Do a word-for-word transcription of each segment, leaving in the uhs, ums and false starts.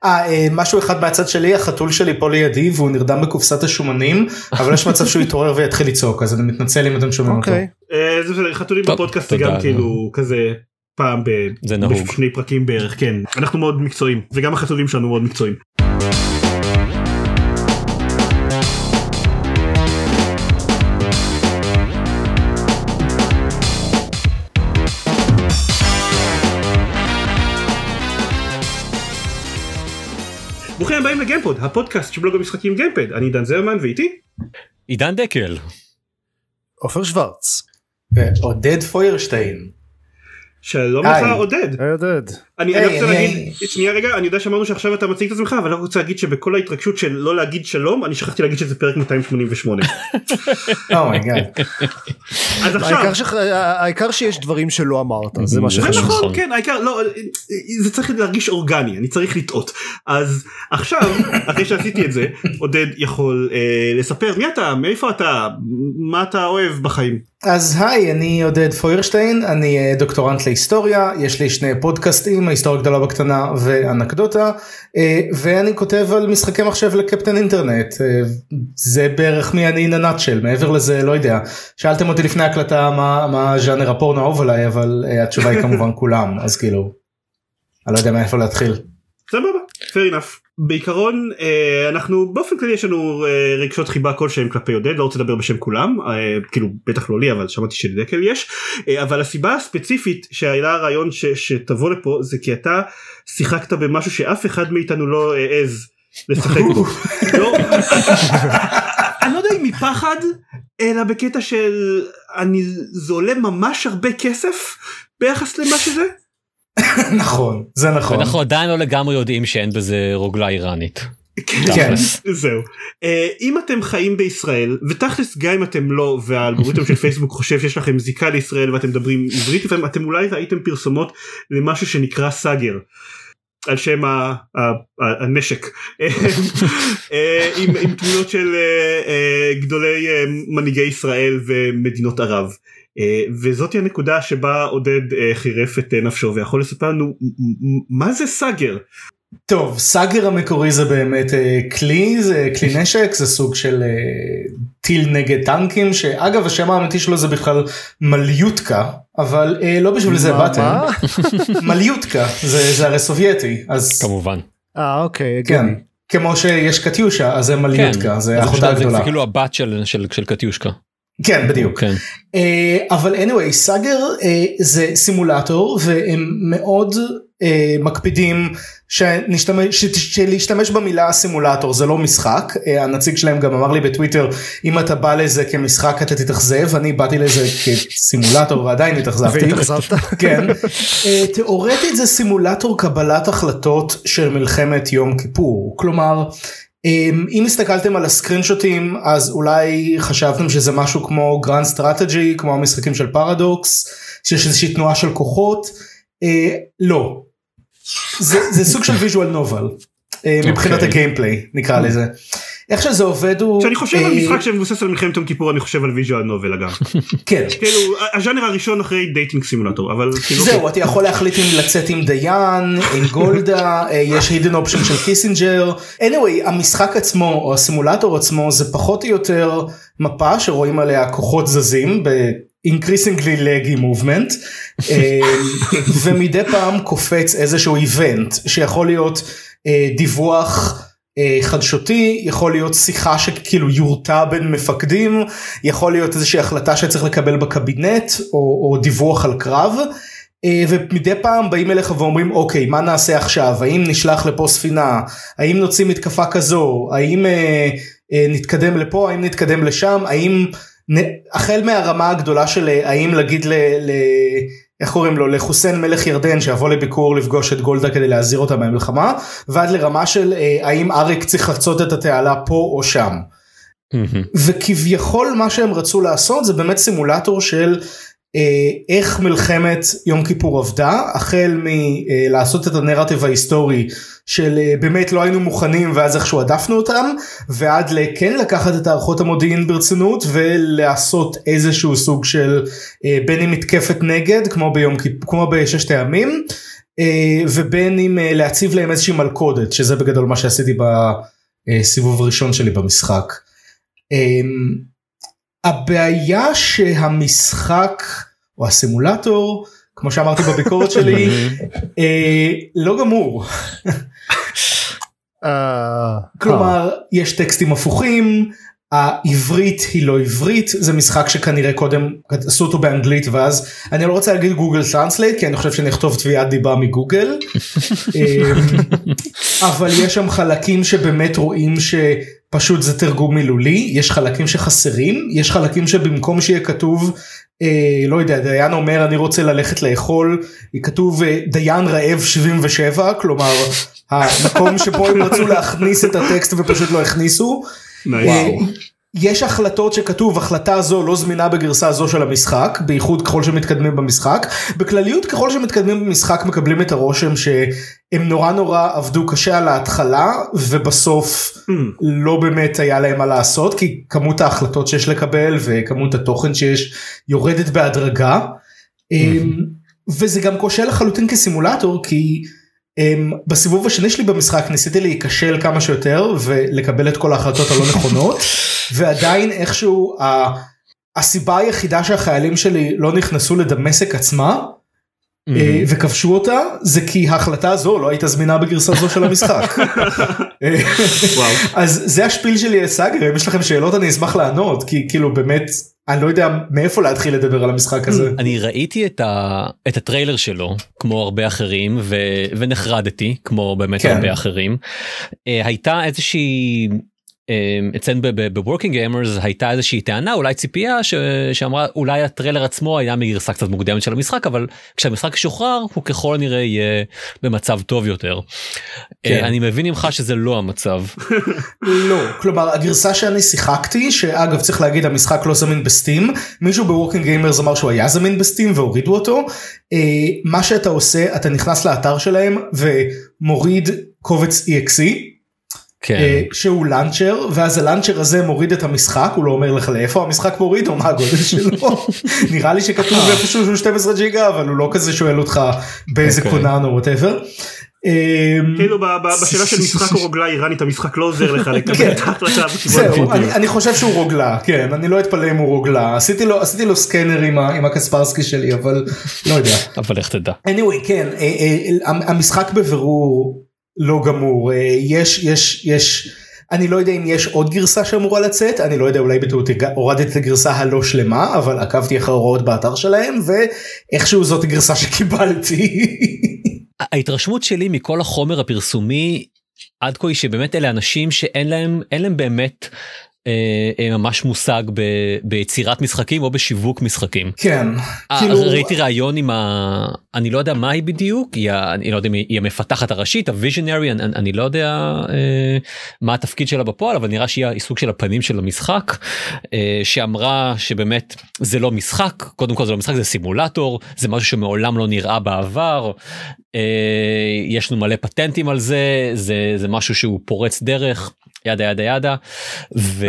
אה, משהו אחד מהצד שלי, החתול שלי פה לידי, והוא נרדם בקופסת השומנים, אבל יש מצב שהוא יתעורר ויתחיל לצעוק, אז אני מתנצל אם אתם שומעים אותו. חתולים בפודקאסט זה גם כאילו כזה פעם בשני פרקים בערך, כן. אנחנו מאוד מקצועיים, וגם החתולים שלנו מאוד מקצועיים. ברוכים הבאים לגיימפוד, הפודקאסט של בלוג המשחקים גיימפד. אני עידן זרמן ואיתי עידן דקל, עופר שוורץ, עודד פוירשטיין. שלום לך עודד. היי עודד. אני רוצה להגיד, שנייה רגע, אני יודע שאמרנו שעכשיו אתה מציג את עצמך, אבל אני רוצה להגיד שבכל ההתרגשות של לא להגיד שלום, אני שכחתי להגיד שזה פרק מאתיים שמונים ושמונה. אומייגאד. אז עכשיו העיקר שיש דברים שלא אמרת, זה מה שחשוב. זה נכון, כן, העיקר, לא, זה צריך להרגיש אורגני, אני צריך לטעות. אז עכשיו, אחרי שעשיתי את זה, עודד יכול לספר מי אתה, מאיפה אתה, מה אתה אוהב בחיים. אז היי, אני עודד פוירשטיין, אני דוקטורנט להיסטוריה, יש לי שני פודקאסטים, ההיסטוריה גדולה בקטנה ואנקדוטה, ואני כותב על משחקי מחשב לקפטן אינטרנט, זה בערך מי אני ננאצ'ל, מעבר לזה לא יודע, שאלתם אותי לפני הקלטה מה, מה ז'אנר הפורנו אהוב עליי, אבל התשובה היא כמובן כולם, אז כאילו, אני לא יודע מאיפה להתחיל. סבבה, fair enough. בעיקרון אנחנו באופן כללי יש לנו רגשות חיבה כלשהם כלפי עודד, לא רוצה לדבר בשם כולם, כאילו בטח לא לי, אבל שמעתי שלדקל יש, אבל הסיבה הספציפית שהיה הרעיון שתבוא לפה זה כי אתה שיחקת במשהו שאף אחד מאיתנו לא העז לשחק בו. אני לא יודע אם מפחד אלא בקטע של זה עולה ממש הרבה כסף ביחס למה שזה. נכון, זה נכון. אנחנו עדיין לא לגמרי יודעים שאין בזה רוגלה איראנית. כן. זהו. אם אתם חיים בישראל, ותכלס גם אם אתם לא, והאלגוריתם של פייסבוק חושב שיש לכם זיקה לישראל ואתם מדברים עברית, אתם אולי ראיתם פרסומות למשהו שנקרא סאגר, על שם הנשק, עם תמונות של גדולי מנהיגי ישראל ומדינות ערב. וזאת היא הנקודה שבה עודד חירף את נפשו ויכול לספר לנו מה זה סאגר. טוב, סאגר המקורי זה באמת כלי, זה כלי נשק, זה סוג של טיל נגד טנקים, שאגב השם האמיתי שלו זה בכלל מליוטקה, אבל לא בשביל זה באתם. מליוטקה, זה הרי סובייטי. כמובן. אה אוקיי, כן. כמו שיש קטיושה, אז זה מליוטקה, זה אחותה גדולה. זה כאילו הבת של קטיושקה. כן, בדיוק. אבל anyway, סאגר זה סימולטור, והם מאוד מקפידים שלהשתמש במילה סימולטור זה לא משחק. הנציג שלהם גם אמר לי בטוויטר, אם אתה בא לזה כמשחק אתה תתאכזב, אני באתי לזה כסימולטור ועדיין התאכזבתי. כן. תיאורטית זה סימולטור קבלת החלטות של מלחמת יום כיפור, כלומר אם הסתכלתם על הסקרינשוטים אז אולי חשבתם שזה משהו כמו גרנד סטרטג'י, כמו המשחקים של פרדוקס, שיש איזושהי תנועה של כוחות. לא, זה סוג של ויז'ואל נובל מבחינת הגיימפליי נקרא לזה. איך שזה עובד הוא... כשאני חושב על משחק שמבוסס על מלחמת יום כיפור אני חושב על ויז'ואל נובל אגב. כן. כאילו הז'אנר הראשון אחרי דייטינג סימולטור, אבל... זהו, אתה יכול להחליט אם לצאת עם דיין, עם גולדה, יש הידן אופשן של קיסינג'ר. anyway, המשחק עצמו או הסימולטור עצמו זה פחות או יותר מפה שרואים עליה כוחות זזים ב... increasingly leggy movement, ומדי פעם קופץ איזשהו איבנט שיכול להיות דיווח חדשותי, יכול להיות שיחה שכאילו יורתה בין מפקדים, יכול להיות איזושהי החלטה שצריך לקבל בקבינט או, או דיווח על קרב, ומדי פעם באים אליך ואומרים אוקיי מה נעשה עכשיו, האם נשלח לפה ספינה, האם נוציא מתקפה כזו, האם נתקדם לפה, האם נתקדם לשם, האם החל מהרמה הגדולה של האם להגיד ל... ל איך קוראים לו, לחוסיין מלך ירדן שיבוא לביקור לפגוש את גולדה כדי להזהיר אותה מהמלחמה, ועד לרמה של האם אריק צריך לחצות את התעלה פה או שם. וכביכול מה שהם רצו לעשות זה באמת סימולטור של איך מלחמת יום כיפור עבדה, החל מלעשות את הנרטיב ההיסטורי של באמת לא היינו מוכנים ואז איכשהו עדפנו אותם, ועד לכן לקחת את הערכות המודיעין ברצינות ולעשות איזשהו סוג של בין אם מתקפת נגד כמו ביום כמו בששת הימים, ובין אם להציב להם איזושהי מלכודת, שזה בגדול מה שעשיתי בסיבוב הראשון שלי במשחק. הבעיה שהמשחק או הסימולטור, כמו שאמרתי בביקורת שלי, לא גמור. כלומר, יש טקסטים הפוכים, העברית היא לא עברית, זה משחק שכנראה קודם עשו אותו באנגלית, ואז אני לא רוצה להגיד גוגל טרנסלייט, כי אני חושב שאני אכתוב תביעת דיבה מגוגל, אבל יש שם חלקים שבאמת רואים שפשוט זה תרגום מילולי, יש חלקים שחסרים, יש חלקים שבמקום שיהיה כתוב, לא יודע, דיין אומר אני רוצה ללכת לאכול, היא כתוב דיין רעב שבעים ושבע, כלומר המקום שבו הם רצו להכניס את הטקסט ופשוט לא הכניסו. יש החלטות שכתוב החלטה זו לא זמינה בגרסה זו של המשחק, בייחוד ככל שמתקדמים במשחק, בכלליות ככל שמתקדמים במשחק מקבלים את הרושם שהם נורא נורא עבדו קשה על ההתחלה ובסוף לא באמת היה להם מה לעשות, כי כמות ההחלטות שיש לקבל וכמות התוכן שיש יורדת בהדרגה, וזה גם קשה לחלוטין כסימולטור, כי בסיבוב השני שלי במשחק ניסיתי להיכשל כמה שיותר ולקבל את כל ההחלטות הלא נכונות, ועדיין איכשהו הסיבה היחידה שהחיילים שלי לא נכנסו לדמשק עצמה וכבשו אותה, זה כי ההחלטה הזו לא הייתה זמינה בגרסה זו של המשחק. אז זה השפיל שלי לסאגר, אם יש לכם שאלות אני אשמח לענות, כי כאילו באמת אני לא יודע מאיפה להתחיל לדבר על המשחק הזה. אני ראיתי את ה את הטריילר שלו כמו הרבה אחרים ונחרדתי כמו באמת הרבה אחרים. הייתה איזושהי אצלנו בוורקינג גיימרס הייתה איזושהי טענה, אולי ציפייה שאמרה אולי הטריילר עצמו היה מגרסה קצת מוקדמת של המשחק, אבל כשהמשחק שוחרר הוא ככל הנראה יהיה במצב טוב יותר. אני מבין ממך שזה לא המצב. לא, כלומר הגרסה שאני שיחקתי, שאגב צריך להגיד המשחק לא זמין בסטים, מישהו בוורקינג גיימרס אמר שהוא היה זמין בסטים והורידו אותו, מה שאתה עושה אתה נכנס לאתר שלהם ומוריד קובץ אי אקס אי, כן. שהוא לנצ'ר, ואז הלנצ'ר הזה מוריד את המשחק, הוא לא אומר לך לאיפה המשחק מוריד או מה הגודל שלו. נראה לי שכתוב איפשהו שהוא שתים עשרה ג'יגה, אבל הוא לא כזה שואל אותך באיזה קונן או whatever. כאילו בשאלה של משחק או רוגלה איראנית, המשחק לא עוזר לך לקבל את ההחלטה. זהו, אני חושב שהוא רוגלה, כן, אני לא אתפלא אם הוא רוגלה. עשיתי לו סקנר עם הקספרסקי שלי, אבל לא יודע. אבל איך תדע. anyway, כן, המשחק בבירור לא גמור, יש, יש, יש, אני לא יודע אם יש עוד גרסה שאמורה לצאת, אני לא יודע, אולי בטעות הורדתי את הגרסה הלא שלמה, אבל עקבתי אחרי הוראות באתר שלהם, ואיכשהו זאת הגרסה שקיבלתי. ההתרשמות שלי מכל החומר הפרסומי, עד כה היא שבאמת אלה אנשים שאין להם, אין להם באמת ממש מושג ביצירת משחקים או בשיווק משחקים. כן. ראיתי רעיון עם ה... אני לא יודע מה היא בדיוק, אני לא יודע אם היא המפתחת הראשית, הוויז'נרי, אני לא יודע מה התפקיד שלה בפועל, אבל נראה שהיא סוג של הפנים של המשחק, שאמרה שבאמת זה לא משחק, קודם כל זה לא משחק, זה סימולטור, זה משהו שמעולם לא נראה בעבר, יש לנו מלא פטנטים על זה, זה משהו שהוא פורץ דרך, ידה ידה ידה, ו...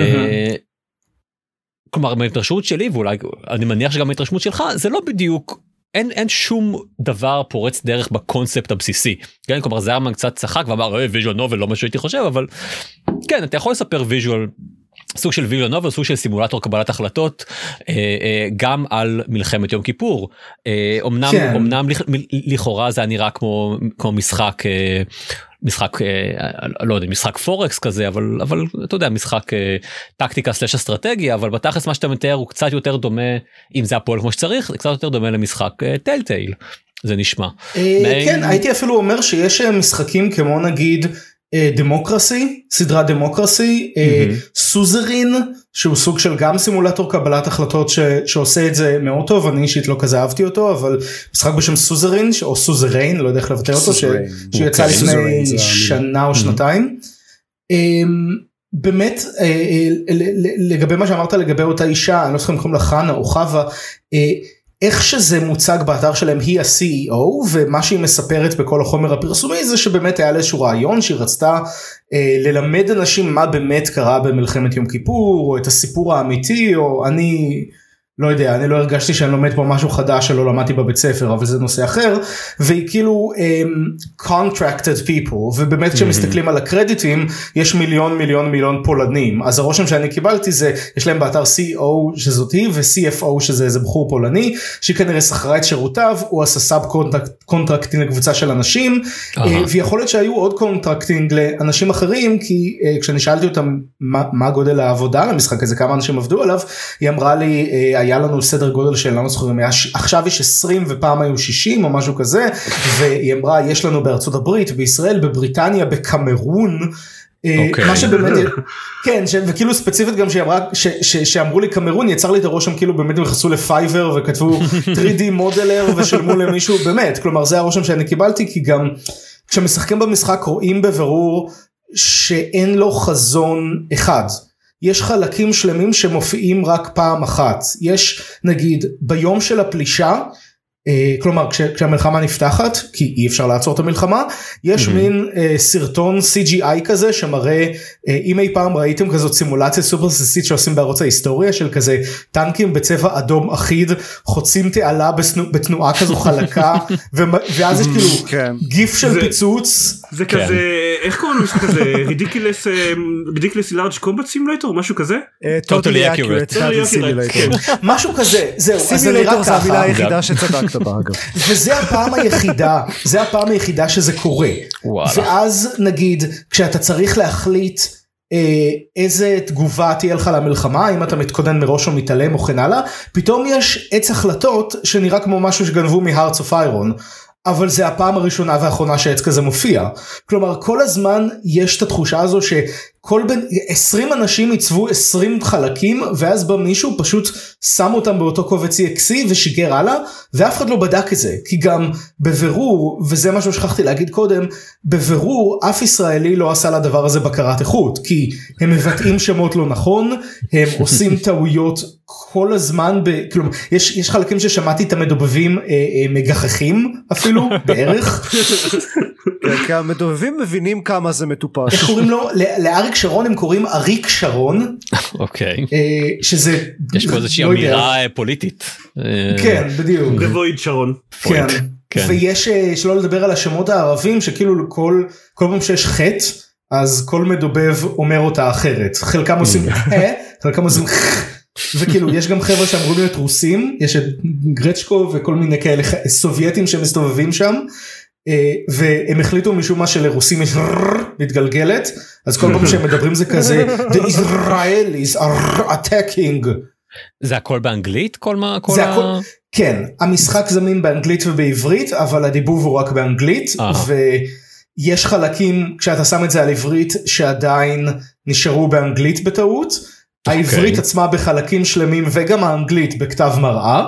כלומר, מההתרשמות שלי, ואולי אני מניח שגם מההתרשמות שלך, זה לא בדיוק, אין, אין שום דבר פורץ דרך בקונספט הבסיסי. כן, כלומר, זה היה קצת צחק ואמר, אה, ויז'ואל נובל, לא מה שהייתי חושב, אבל כן, אתה יכול לספר ויז'ואל, סוג של ויז'ואל נובל, סוג של סימולטור קבלת החלטות, גם על מלחמת יום כיפור. אמנם, כן. אמנם לכאורה זה נראה כמו, כמו משחק, משחק, לא יודע, משחק פורקס כזה, אבל, אבל אתה יודע, משחק טקטיקה סלש אסטרטגיה, אבל בתכלס מה שאתה מתאר הוא קצת יותר דומה, אם זה הפועל כמו שצריך, זה קצת יותר דומה למשחק טלטייל, זה נשמע. כן, הייתי אפילו אומר שיש משחקים כמו נגיד, דמוקרסי, סדרה דמוקרסי, סוזרין, שהוא סוג של גם סימולטור קבלת החלטות שעושה את זה מאוד טוב, אני אישית לא כזה אהבתי אותו, אבל משחק בשם סוזרין, או סוזריין, לא יודע איך לבטא אותו, שיצא לפני שנה או שנתיים. באמת, לגבי מה שאמרת לגבי אותה אישה, אני לא זוכר אם קוראים לה חנה או חווה, איך שזה מוצג באתר שלהם היא ה-סי אי או, ומה שהיא מספרת בכל החומר הפרסומי זה שבאמת היה איזשהו רעיון שהיא רצתה אה, ללמד אנשים מה באמת קרה במלחמת יום כיפור, או את הסיפור האמיתי, או אני לא יודע, אני לא הרגשתי שאני לומד פה משהו חדש שלא למדתי בבית ספר, אבל זה נושא אחר, והיא כאילו um, contracted people, ובאמת כשמסתכלים על הקרדיטים, יש מיליון מיליון מיליון פולנים, אז הרושם שאני קיבלתי זה, יש להם באתר סי אי או שזאתי, ו-סי אף או שזה איזה בחור פולני, שכנראה שכרה את שירותיו, הוא עשה סאב קונטרקטינג לקבוצה של אנשים, ויכול להיות שהיו עוד קונטרקטינג לאנשים אחרים, כי כשאני שאלתי אותם מה, מה גודל העבודה למשחק הזה, כמה אנשים עבדו עליו, היא אמרה לי, היה לנו סדר גודל של לא זוכרים, עכשיו יש עשרים ופעם היו שישים או משהו כזה, והיא אמרה יש לנו בארצות הברית, בישראל, בבריטניה, בקמרון, Okay. מה שבאמת, כן, וכאילו ספציפית גם שאמרה, ש, ש, שאמרו לי קמרון, יצר לי את הראש שם כאילו באמת נכנסו לפייבר וכתבו תרי די מודלר ושלמו למישהו, באמת, כלומר זה הרושם שאני קיבלתי, כי גם כשמשחקים במשחק רואים בבירור שאין לו חזון אחד. יש חלקים שלמים שמופיעים רק פעם אחת. יש נגיד ביום של הפלישה, כלומר כש, כשהמלחמה נפתחת, כי אי אפשר לעצור את המלחמה, יש mm-hmm. מין אה, סרטון סי ג'י איי כזה שמראה, אה, אם אי פעם ראיתם כזאת סימולציה סופר בסיסית שעושים בערוץ ההיסטוריה, של כזה טנקים בצבע אדום אחיד, חוצים תעלה בסנו, בתנועה כזו חלקה, ו, ואז יש כאילו כן. גיף של זה, פיצוץ. זה כן. כזה, איך קוראים למשחק כזה, ridiculous, ridiculous large combat simulator, משהו כזה? Uh, totally accurate, totally simulator. משהו כזה, זהו, סימולטור זה המילה היחידה שצדקת. וזה הפעם היחידה, זה הפעם היחידה שזה קורה. ואז נגיד, כשאתה צריך להחליט איזה תגובה תהיה לך למלחמה, אם אתה מתכונן מראש או מתעלם או כן הלאה, פתאום יש עץ החלטות שנראה כמו משהו שגנבו מ-Hearts of Iron, אבל זה הפעם הראשונה והאחרונה שעץ כזה מופיע. כלומר, כל הזמן יש את התחושה הזו שכל בין עשרים אנשים ייצבו עשרים חלקים, ואז בא מישהו פשוט שם אותם באותו קובץ אי אקס אי ושיגר הלאה, ואף אחד לא בדק את זה. כי גם בבירור, וזה מה ששכחתי להגיד קודם, בבירור אף ישראלי לא עשה לדבר הזה בקרת איכות, כי הם מבטאים שמות לא נכון, הם עושים טעויות כל הזמן, ב, כלומר, יש, יש חלקים ששמעתי את המדובבים אה, אה, מגחכים אפילו, בערך. כי המדובבים מבינים כמה זה מטופש. איך קוראים לו? לאריק שרון הם קוראים אריק שרון. אוקיי. שזה... יש פה איזושהי אמירה פוליטית. כן, בדיוק. גבויד שרון. כן. ויש, שלא לדבר על השמות הערבים, שכאילו כל פעם שיש חטא, אז כל מדובב אומר אותה אחרת. חלקם עושים אה, חלקם עושים וכאילו יש גם חבר'ה שאמרו להיות רוסים, יש את גרצ'קו וכל מיני כאלה סובייטים שמסתובבים שם, והם החליטו משום מה שלרוסים יש מתגלגלת, אז כל פעם שהם מדברים זה כזה The Israelis are attacking. זה הכל באנגלית? כל מה? כל זה ה... הכל, כן, המשחק זמין באנגלית ובעברית, אבל הדיבוב הוא רק באנגלית, ויש חלקים כשאתה שם את זה על עברית שעדיין נשארו באנגלית בטעות, העברית עצמה בחלקים שלמים וגם האנגלית בכתב מראה.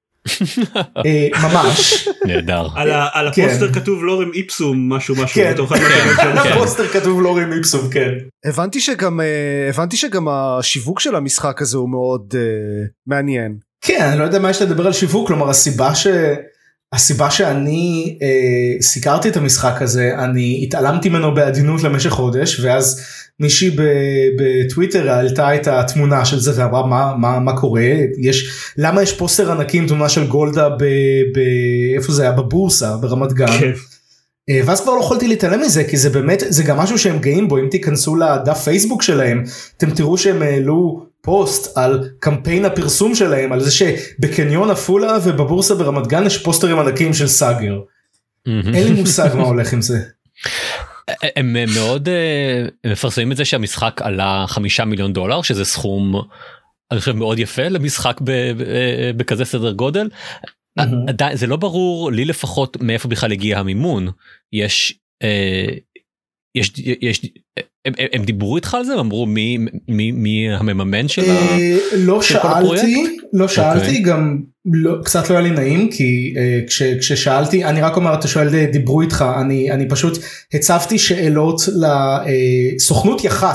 ממש. נהדר. על הפוסטר כתוב לורם איפסום משהו משהו. על הפוסטר כתוב לורם איפסום, כן. הבנתי שגם הבנתי שגם השיווק של המשחק הזה הוא מאוד מעניין. כן, אני לא יודע מה יש לדבר על שיווק, כלומר הסיבה ש... הסיבה שאני אה, סיקרתי את המשחק הזה, אני התעלמתי ממנו בעדינות למשך חודש, ואז מישהי בטוויטר העלתה את התמונה של זה, ואמרה מה, מה, מה קורה, יש, למה יש פוסטר ענקי עם תמונה של גולדה, ב, ב, איפה זה היה? בבורסה, ברמת גן. כן. אה, ואז כבר לא יכולתי להתעלם מזה, כי זה באמת, זה גם משהו שהם גאים בו, אם תיכנסו לדף פייסבוק שלהם, אתם תראו שהם העלו פוסט על קמפיין הפרסום שלהם, על זה שבקניון אפולה ובבורסה ברמת גן יש פוסטרים ענקים של סאגר. אין לי מושג מה הולך עם זה. הם מאוד מפרסמים את זה שהמשחק עלה חמישה מיליון דולר, שזה סכום אני חושב מאוד יפה למשחק בכזה סדר גודל. זה לא ברור לי לפחות מאיפה בכלל הגיע המימון. יש יש יש הם, הם דיברו איתך על זה? אמרו מי, מי, מי המממן של ה... לא שאלתי, לא שאלתי, גם קצת לא היה לי נעים, כי כששאלתי, אני רק אומר, אתה שואל, דיברו איתך, אני פשוט הצבתי שאלות לסוכנות יח"צ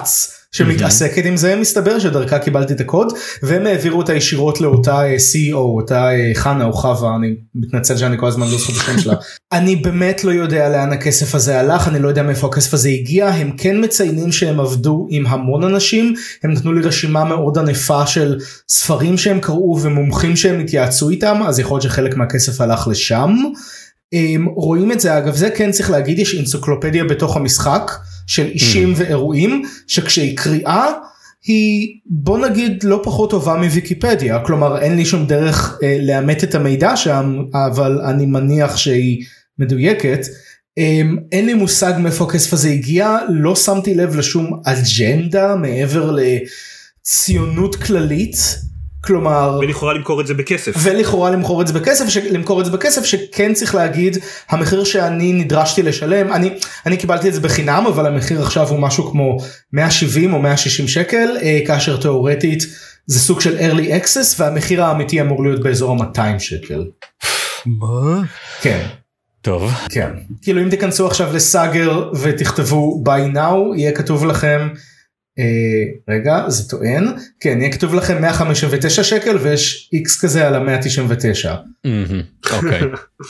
שמתעסקת עם זה, מסתבר שדרכה קיבלתי את הקוד, והם העבירו אותה ישירות לאותה סי אי או, אותה חנה או חווה, אני מתנצל שאני כל הזמן לא זוכר את השם שלה. אני באמת לא יודע לאן הכסף הזה הלך, אני לא יודע מאיפה הכסף הזה הגיע, הם כן מציינים שהם עבדו עם המון אנשים, הם נתנו לי רשימה מאוד ענפה של ספרים שהם קראו ומומחים שהם התייעצו איתם, אז יכול להיות שחלק מהכסף הלך לשם. רואים את זה, אגב זה כן צריך להגיד, יש אנציקלופדיה בתוך המשחק של אישים ואירועים, שכשהיא קריאה היא בוא נגיד לא פחות טובה מוויקיפדיה, כלומר אין לי שום דרך אה, לאמת את המידע שם, אבל אני מניח שהיא מדויקת. אה, אין לי מושג מאיפה הכסף הזה הגיע, לא שמתי לב לשום אג'נדה מעבר לציונות כללית, כלומר ולכאורה למכור את זה בכסף ולכאורה למכור את זה בכסף ש... למכור את זה בכסף שכן צריך להגיד המחיר שאני נדרשתי לשלם, אני אני קיבלתי את זה בחינם, אבל המחיר עכשיו הוא משהו כמו מאה שבעים או מאה שישים שקל, כאשר תיאורטית זה סוג של early access, והמחיר האמיתי אמור להיות באזור ה-מאתיים שקל. מה? כן. טוב. כן. כאילו אם תיכנסו עכשיו לסאגר ותכתבו buy now, יהיה כתוב לכם רגע, זה טוען, כן, יהיה כתוב לכם מאה חמישים ותשע שקל ויש איקס כזה על ה-מאה תשעים ותשע. אוקיי.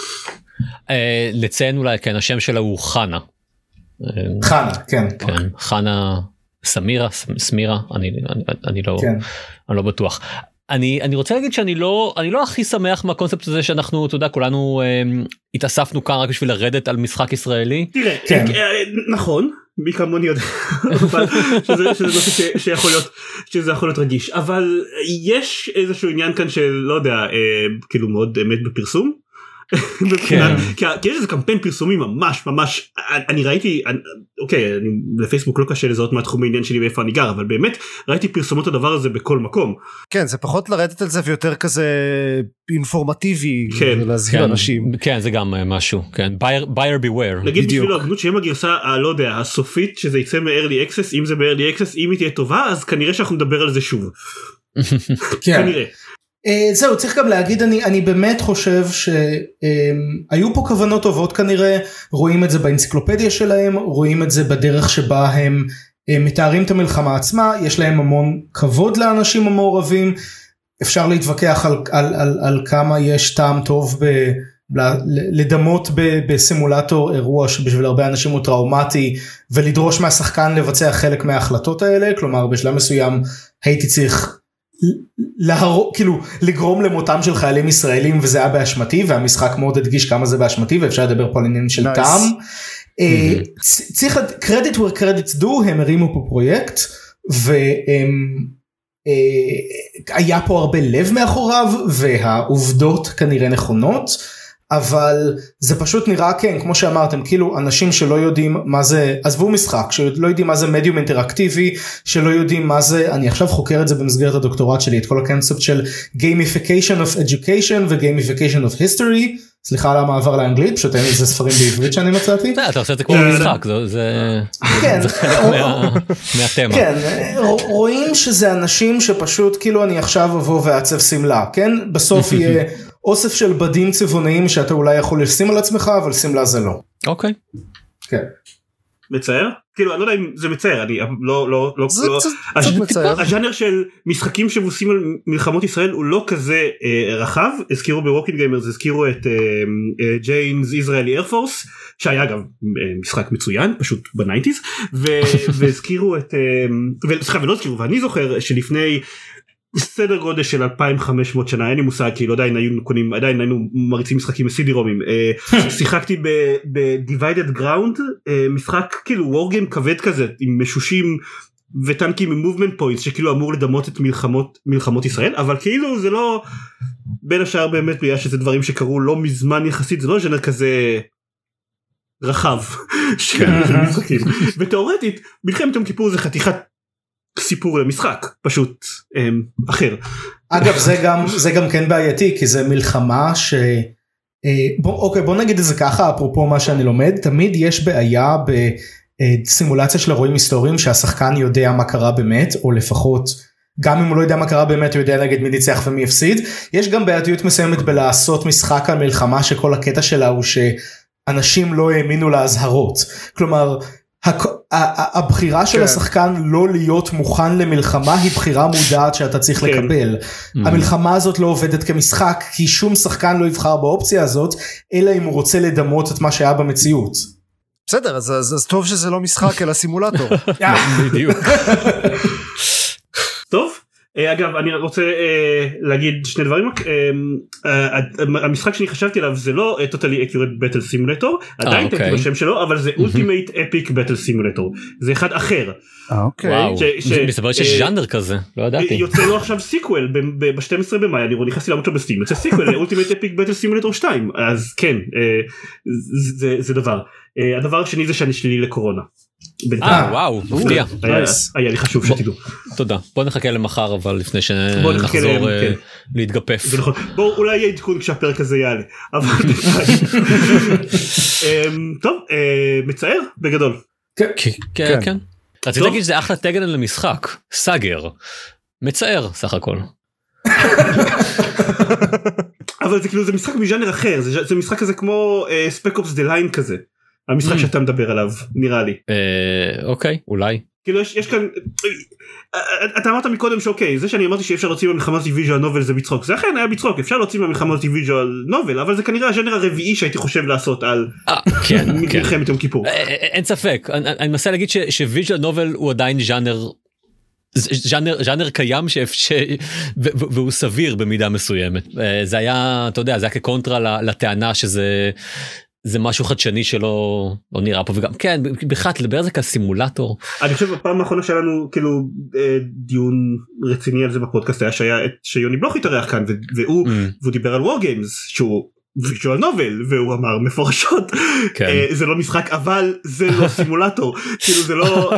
לציין אולי, כן, השם שלה הוא חנה. חנה, כן. כן, חנה סמירה, סמירה, אני לא בטוח. אני אני רוצה להגיד שאני לא אני לא הכי שמח מהקונספט הזה שאנחנו, אתה יודע, כולנו התאספנו כאן רק בשביל לרדת על משחק ישראלי. תראה, נכון. מי כמוני יודע, שזה נושא שיכול להיות, שזה יכול להיות רגיש, אבל יש איזשהו עניין כאן של, לא יודע, כאילו מאוד אמת בפרסום, כי יש איזה קמפיין פרסומי ממש ממש, אני ראיתי, אוקיי, לפייסבוק לא קשה לזהות מהתחום העניין שלי ואיפה אני גר, אבל באמת ראיתי פרסומות הדבר הזה בכל מקום. כן, זה פחות לרדת על זה ויותר כזה אינפורמטיבי, להזהיר אנשים. כן, זה גם משהו, כן, buyer beware. נגיד בשביל ההגנות שאם הגרסה, לא יודע, הסופית, שזה יצא מ-early access, אם זה ב-early access, אם היא תהיה טובה, אז כנראה שאנחנו נדבר על זה שוב. כנראה. Uh, זהו, צריך גם להגיד, אני, אני באמת חושב שהיו um, פה כוונות טובות כנראה, רואים את זה באנציקלופדיה שלהם, רואים את זה בדרך שבה הם uh, מתארים את המלחמה עצמה, יש להם המון כבוד לאנשים המעורבים, אפשר להתווכח על, על, על, על כמה יש טעם טוב ב, ב, לדמות ב, בסימולטור אירוע שבשביל הרבה אנשים הוא טראומטי, ולדרוש מהשחקן לבצע חלק מההחלטות האלה, כלומר בשלב מסוים הייתי צריך להרוג, כאילו לגרום למותם של חיילים ישראלים, וזה היה באשמתי, והמשחק מאוד הדגיש כמה זה באשמתי, ואפשר לדבר פה על עניין של טעם. צריך credit where credits do, הם הרימו פה פרויקט, והיה פה הרבה לב מאחוריו, והעובדות כנראה נכונות, אבל זה פשוט נראה, כן, כמו שאמרתם, כאילו אנשים שלא יודעים מה זה, עזבו משחק, שלא יודעים מה זה מדיום אינטראקטיבי, שלא יודעים מה זה, אני עכשיו חוקר את זה במסגרת הדוקטורט שלי, את כל הקונספט של gamification of education ו-gamification of history, סליחה על המעבר לאנגלית, פשוט אין איזה ספרים בעברית שאני מצאתי. אתה עושה את זה כמו משחק, זה חלק מהתמה. כן, רואים שזה אנשים שפשוט, כאילו אני עכשיו אבוא ועצב סמלה, כן? בסוף יהיה אוסף של בדים צבעוניים שאתה אולי יכול לשים על עצמך, אבל סמלה זה לא. אוקיי. כן. מצער? כאילו אני לא יודע אם זה מצער, אני לא, לא, לא, זה קצת מצער. הז'אנר של משחקים שמבוססים על מלחמות ישראל הוא לא כזה אה, רחב, הזכירו בווקינג גיימרס, הזכירו את ג'יינס ישראלי איירפורס, שהיה גם אה, משחק מצוין, פשוט בניינטיז, והזכירו את, אה, וסליחה ולא הזכירו, ואני זוכר שלפני סדר גודל של אלפיים וחמש מאות שנה, אין לי מושג, כאילו עדיין היינו קונים, עדיין היינו מריצים משחקים בסידי רומים, שיחקתי ב-Divided Ground, משחק כאילו וורגיים כבד כזה, עם משושים וטנקים עם מובמנט פוינטס, שכאילו אמור לדמות את מלחמות, מלחמות ישראל, אבל כאילו זה לא, בין השאר באמת בגלל שזה דברים שקרו לא מזמן יחסית, זה לא ז'אנר כזה רחב של משחקים, ותיאורטית, מלחמת יום כיפור זה חתיכת סיפור למשחק, פשוט הם, אחר. אגב, זה גם, זה גם כן בעייתי, כי זה מלחמה ש... בוא, אוקיי, בוא נגיד את זה ככה, אפרופו מה שאני לומד, תמיד יש בעיה בסימולציה של אירועים היסטוריים, שהשחקן יודע מה קרה באמת, או לפחות, גם אם הוא לא יודע מה קרה באמת, הוא יודע נגד מי ניצח ומי הפסיד. יש גם בעייתיות מסוימת בלעשות משחק על מלחמה, שכל הקטע שלה הוא שאנשים לא האמינו להזהרות. כלומר, הבחירה של השחקן לא להיות מוכן למלחמה היא בחירה מודעת שאתה צריך לקבל. המלחמה הזאת לא עובדת כמשחק, כי שום שחקן לא יבחר באופציה הזאת, אלא אם הוא רוצה לדמות את מה שהיה במציאות. בסדר, אז, אז, אז טוב שזה לא משחק אלא סימולטור. בדיוק. טוב. אגב, אני רוצה להגיד שני דברים. המשחק שאני חשבתי עליו זה לא Totally Accurate Battle Simulator, עדיין תקתי בשם שלו, אבל זה Ultimate Epic Battle Simulator, זה אחד אחר. וואו, מסתבר שיש ז'אנר כזה, לא ידעתי. יוצא לו עכשיו סיקוול ב-שנים עשר במאי, אני נכנסתי לעמוד שלו בסטים, יוצא סיקוול ל-Ultimate Epic Battle Simulator שתיים, אז כן, זה דבר. הדבר השני זה שאני שלילי לקורונה. אה וואו, מפתיע. היה לי חשוב שתדעו. תודה, בוא נחכה למחר אבל לפני שנחזור להתגפף. בואו אולי יהיה עדכון כשהפרק הזה יעלה. טוב, מצער בגדול. כן, כן. רציתי להגיד שזה אחלה תגן למשחק, סאגר. מצער סך הכל. אבל זה כאילו זה משחק מז'אנר אחר, זה משחק כזה כמו ספק אופס דה ליין כזה. המשחק שאתה מדבר עליו, נראה לי. אוקיי, אולי. כאילו יש כאן, אתה אמרת מקודם שאוקיי, זה שאני אמרתי שאפשר להוציא מהמלחמה הזאת ויז'ואל נובל זה בצחוק, זה אכן היה בצחוק, אפשר להוציא מהמלחמה הזאת ויז'ואל נובל, אבל זה כנראה הז'אנר הרביעי שהייתי חושב לעשות על מלחמת יום כיפור. אין ספק, אני מנסה להגיד שוויז'ואל נובל הוא עדיין ז'אנר, ז'אנר קיים והוא סביר במידה מסוימת. זה היה, אתה יודע, זה היה כקונטרה לטענה שזה זה משהו חדשני שלא לא נראה פה, וגם כן בכלל לדבר זה כסימולטור. אני חושב בפעם האחרונה שלנו כאילו דיון רציני על זה בפודקאסט היה שהיה שיוני בלוך התארח כאן והוא והוא דיבר על וור גיימס שהוא ויז'ואל נובל והוא אמר מפורשות זה לא משחק אבל זה לא סימולטור, כאילו זה לא,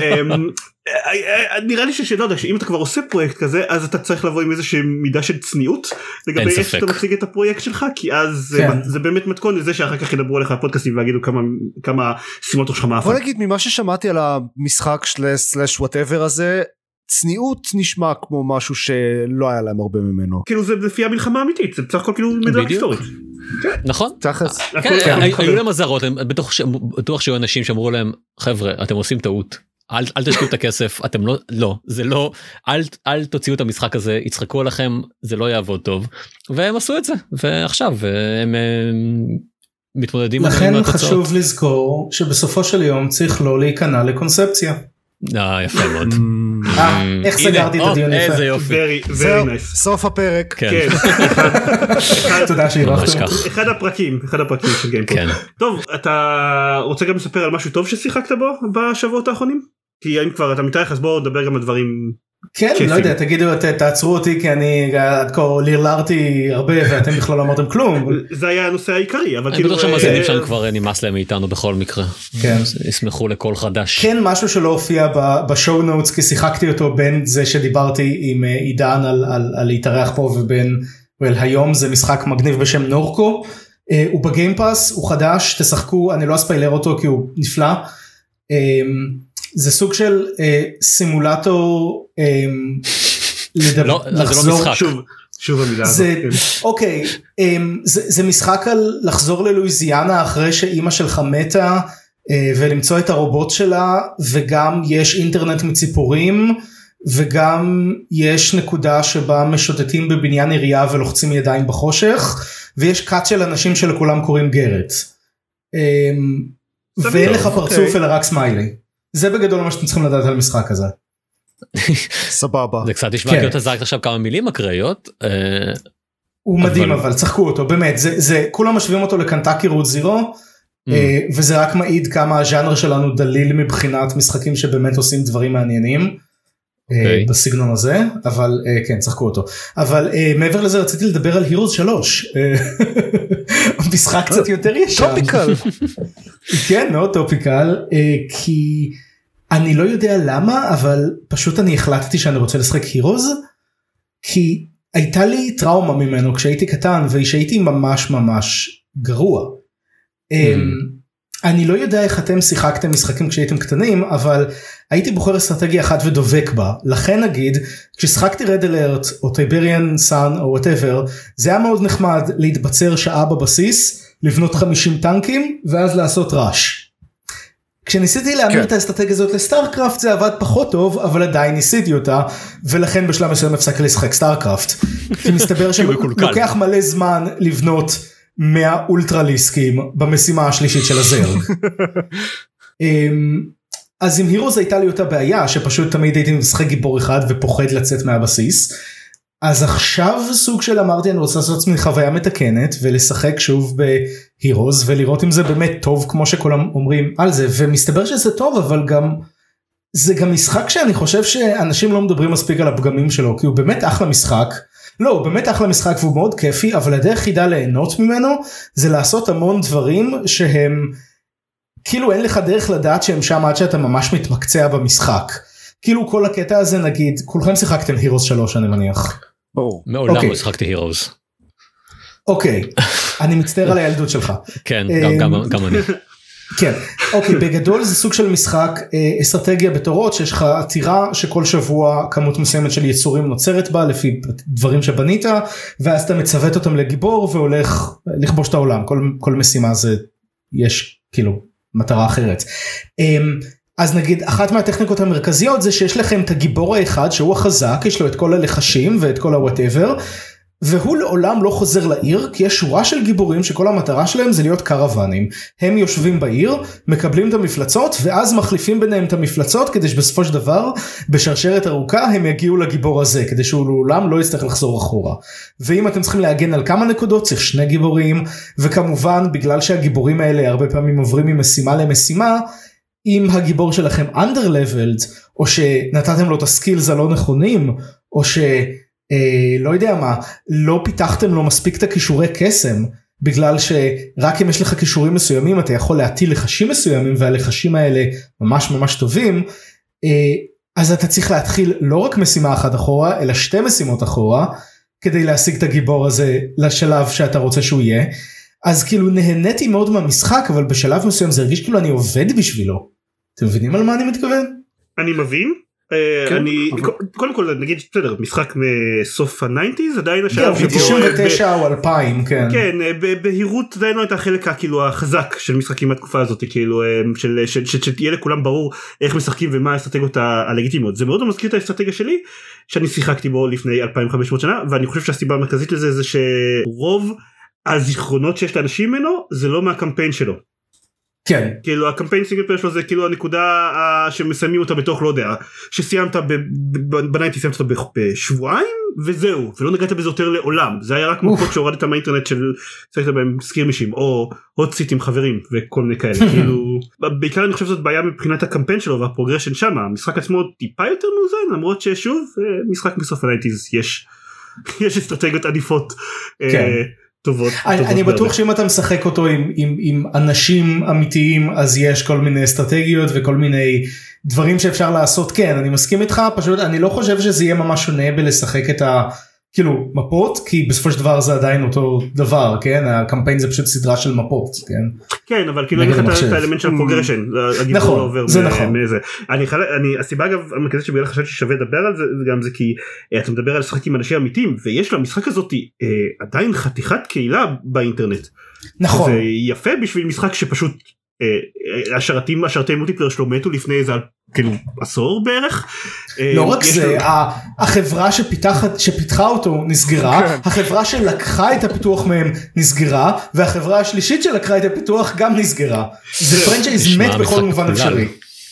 נראה לי שלא יודע שאם אתה כבר עושה פרויקט כזה אז אתה צריך לבוא עם איזושהי מידה של צניעות לגבי איך אתה מציג את הפרויקט שלך, כי אז זה באמת מתכון לזה שאחר כך ידברו עליך הפודקאסטים ויגידו כמה סימולטור שלך מאפן. בוא נגיד ממה ששמעתי על המשחק סלש וואטאבר הזה, צניעות נשמע כמו משהו שלא היה להם הרבה ממנו. כאילו זה לפי המלחמה האמיתית, זה בסך הכל כאילו מדע היסטורית. נכון. היו להם עזרות, בטוח שהיו אנשים שאמרו להם, חבר'ה, אתם עושים טעות, אל תשקיעו את הכסף, אתם לא, לא, זה לא, אל תוציאו את המשחק הזה, יצחקו עליכם, זה לא יעבוד טוב, והם עשו את זה, ועכשיו הם מתמודדים. לכן חשוב לזכור שבסופו של יום צריך לא להיכנע לקונספציה. אה, יפה מאוד. איך סגרתי את הדיון יפה. איזה יופי. סוף הפרק. כן. תודה שהירחתם. אחד הפרקים, אחד הפרקים של גיימפוד. טוב, אתה רוצה גם לספר על משהו טוב ששיחקת בו בשבועות האחרונים? כי אם כבר אתה מתארך אז בואו נדבר גם על דברים כן, לא יודע, תגידו, תעצרו אותי כי אני עד כה לירלרתי הרבה ואתם בכלל לא אמרתם כלום. זה היה הנושא העיקרי, אבל כאילו... אני בטוח שהמאזינים שלנו כבר נמאס להם מאיתנו בכל מקרה. כן. ישמחו לכל חדש. כן, משהו שלא הופיע בשואו נוטס, כי שיחקתי אותו בין זה שדיברתי עם עידן על להתארח פה ובין, היום זה משחק מגניב בשם נורקו, הוא בגיימפאס, הוא חדש, תשחקו, אני לא אספיילר אותו כי הוא נפלא. זה סוג של אה, סימולטור אה, לדבר, לא, לחזור, זה לא משחק. שוב, שוב המילה זה, הזאת. אוקיי, אה, זה, זה משחק על לחזור ללואיזיאנה אחרי שאימא שלך מתה, אה, ולמצוא את הרובוט שלה, וגם יש אינטרנט מציפורים, וגם יש נקודה שבה משוטטים בבניין עירייה ולוחצים ידיים בחושך, ויש קאט של אנשים שלכולם קוראים גרת. אה, ואין לך פרצוף אלא רק סמיילי. זה בגדול מה שאתם צריכים לדעת על משחק הזה. סבבה. זה קצת נשמע כאילו אתה זרקת עכשיו כמה מילים אקראיות. הוא מדהים אבל צחקו אותו באמת, זה כולם משווים אותו לקנטקי רוט זירו, וזה רק מעיד כמה הז'אנר שלנו דליל מבחינת משחקים שבאמת עושים דברים מעניינים בסגנון הזה, אבל כן צחקו אותו. אבל מעבר לזה רציתי לדבר על הירוס שלוש, משחק קצת יותר ישר. טופיקל. כן, מאוד טופיקל, כי אני לא יודע למה, אבל פשוט אני החלטתי שאני רוצה לשחק הירוס, כי הייתה לי טראומה ממנו כשהייתי קטן, ושהייתי ממש ממש גרוע. אני לא יודע איך אתם שיחקתם משחקים כשהייתם קטנים, אבל הייתי בוחר אסטרטגיה אחת ודובק בה. לכן נגיד, כששחקתי Red Alert או Tiberian Sun או whatever, זה היה מאוד נחמד להתבצר שעה בבסיס, לבנות חמישים טנקים, ואז לעשות רש. כשניסיתי להמיר את האסטרטגיה הזאת לסטארקראפט זה עבד פחות טוב, אבל עדיין ניסיתי אותה, ולכן בשלב מסוים הפסקתי לשחק סטארקראפט. כי מסתבר שלוקח מלא זמן לבנות מאה אולטרה ליסקים במשימה השלישית של הזר. אז עם הירוז הייתה לי אותה בעיה, שפשוט תמיד הייתי משחק גיבור אחד ופוחד לצאת מהבסיס. אז עכשיו סוג של אמרתי אני רוצה לעשות עצמי חוויה מתקנת ולשחק שוב בהירוז ולראות אם זה באמת טוב כמו שכולם אומרים על זה, ומסתבר שזה טוב, אבל גם זה גם משחק שאני חושב שאנשים לא מדברים מספיק על הפגמים שלו, כי הוא באמת אחלה משחק. לא, הוא באמת אחלה משחק והוא מאוד כיפי, אבל הדרך היחידה ליהנות ממנו זה לעשות המון דברים שהם כאילו אין לך דרך לדעת שהם שם עד שאתה ממש מתמקצע במשחק. כאילו כל הקטע הזה נגיד, כולכם שיחקתם הירוז שלוש אני מניח. מעולם לא שיחקתי הירוז. אוקיי, אני מצטער על הילדות שלך. כן, גם אני. כן, אוקיי, בגדול זה סוג של משחק אסטרטגיה בתורות, שיש לך עתירה שכל שבוע כמות מסוימת של יצורים נוצרת בה לפי דברים שבנית, ואז אתה מצוות אותם לגיבור והולך לכבוש את העולם, כל, כל משימה זה יש כאילו מטרה אחרת. אז נגיד אחת מהטכניקות המרכזיות זה שיש לכם את הגיבור האחד שהוא החזק, יש לו את כל הלחשים ואת כל הוואטאבר, והוא לעולם לא חוזר לעיר, כי יש שורה של גיבורים שכל המטרה שלהם זה להיות קרוונים. הם יושבים בעיר, מקבלים את המפלצות, ואז מחליפים ביניהם את המפלצות, כדי שבסופו של דבר, בשרשרת ארוכה, הם יגיעו לגיבור הזה, כדי שהוא לעולם לא יצטרך לחזור אחורה. ואם אתם צריכים להגן על כמה נקודות, צריך שני גיבורים, וכמובן, בגלל שהגיבורים האלה הרבה פעמים עוברים ממשימה למשימה, אם הגיבור שלכם under-leveled, או שנתתם לו את הסקילס הלא נכונים, או ש... אה, לא יודע מה, לא פיתחתם לו מספיק את הכישורי קסם, בגלל שרק אם יש לך כישורים מסוימים, אתה יכול להטיל לחשים מסוימים, והלחשים האלה ממש ממש טובים, אה, אז אתה צריך להתחיל לא רק משימה אחת אחורה, אלא שתי משימות אחורה, כדי להשיג את הגיבור הזה לשלב שאתה רוצה שהוא יהיה. אז כאילו נהניתי מאוד מהמשחק, אבל בשלב מסוים זה הרגיש כאילו אני עובד בשבילו. אתם מבינים על מה אני מתכוון? אני מבין. אני קודם כל נגיד בסדר, משחק מסוף ה-תשעים עדיין השלב שבו תשעים ותשע או אלפיים, כן כן, בהירות עדיין לא הייתה חלק כאילו החזק של משחקים מהתקופה הזאת, כאילו שתהיה לכולם ברור איך משחקים ומה האסטרטגיות הלגיטימיות. זה מאוד מזכיר את האסטרטגיה שלי שאני שיחקתי בו לפני אלפיים וחמש מאות שנה, ואני חושב שהסיבה המרכזית לזה זה שרוב הזיכרונות שיש לאנשים ממנו זה לא מהקמפיין שלו. כן. כאילו הקמפיין סינגל פלייר שלו זה כאילו הנקודה שמסיימים אותה בתוך לא יודע, שסיימת בנייטי סיימת אותה בשבועיים וזהו, ולא נגעת בזה יותר לעולם. זה היה רק מפות שהורדת מהאינטרנט של שחקת בהם סקירמישים או הוט סיט עם חברים וכל מיני כאלה. כאילו בעיקר אני חושב שזאת בעיה מבחינת הקמפיין שלו והפרוגרשן שם. המשחק עצמו טיפה יותר מאוזן, למרות ששוב משחק מסוף הנייטיז יש יש אסטרטגיות עדיפות. כן. טובות, אני, טובות אני בטוח בהרבה. שאם אתה משחק אותו עם, עם, עם אנשים אמיתיים, אז יש כל מיני אסטרטגיות וכל מיני דברים שאפשר לעשות. כן, אני מסכים איתך, פשוט אני לא חושב שזה יהיה ממש שונה בלשחק את ה... כאילו מפות, כי בסופו של דבר זה עדיין אותו דבר, כן? הקמפיין זה פשוט סדרה של מפות, כן? כן, אבל כאילו אין לך את האלמנט של הפרוגרשן, נכון, לא עובר זה נכון. מזה. אני, אני, הסיבה אגב המרכזית שבגלל חשבתי ששווה לדבר על זה, גם זה כי אתה מדבר על לשחק עם אנשים אמיתיים, ויש למשחק הזאת אה, עדיין חתיכת קהילה באינטרנט. נכון. זה יפה בשביל משחק שפשוט אה, השרתים, השרתי מולטיפלייר שלו מתו לפני איזה כאילו עשור בערך. לא רק זה, החברה שפיתחה אותו נסגרה, החברה שלקחה את הפיתוח מהם נסגרה, והחברה השלישית שלקחה את הפיתוח גם נסגרה. זה פרנצ'ייז מת בכל מובן אפשרי.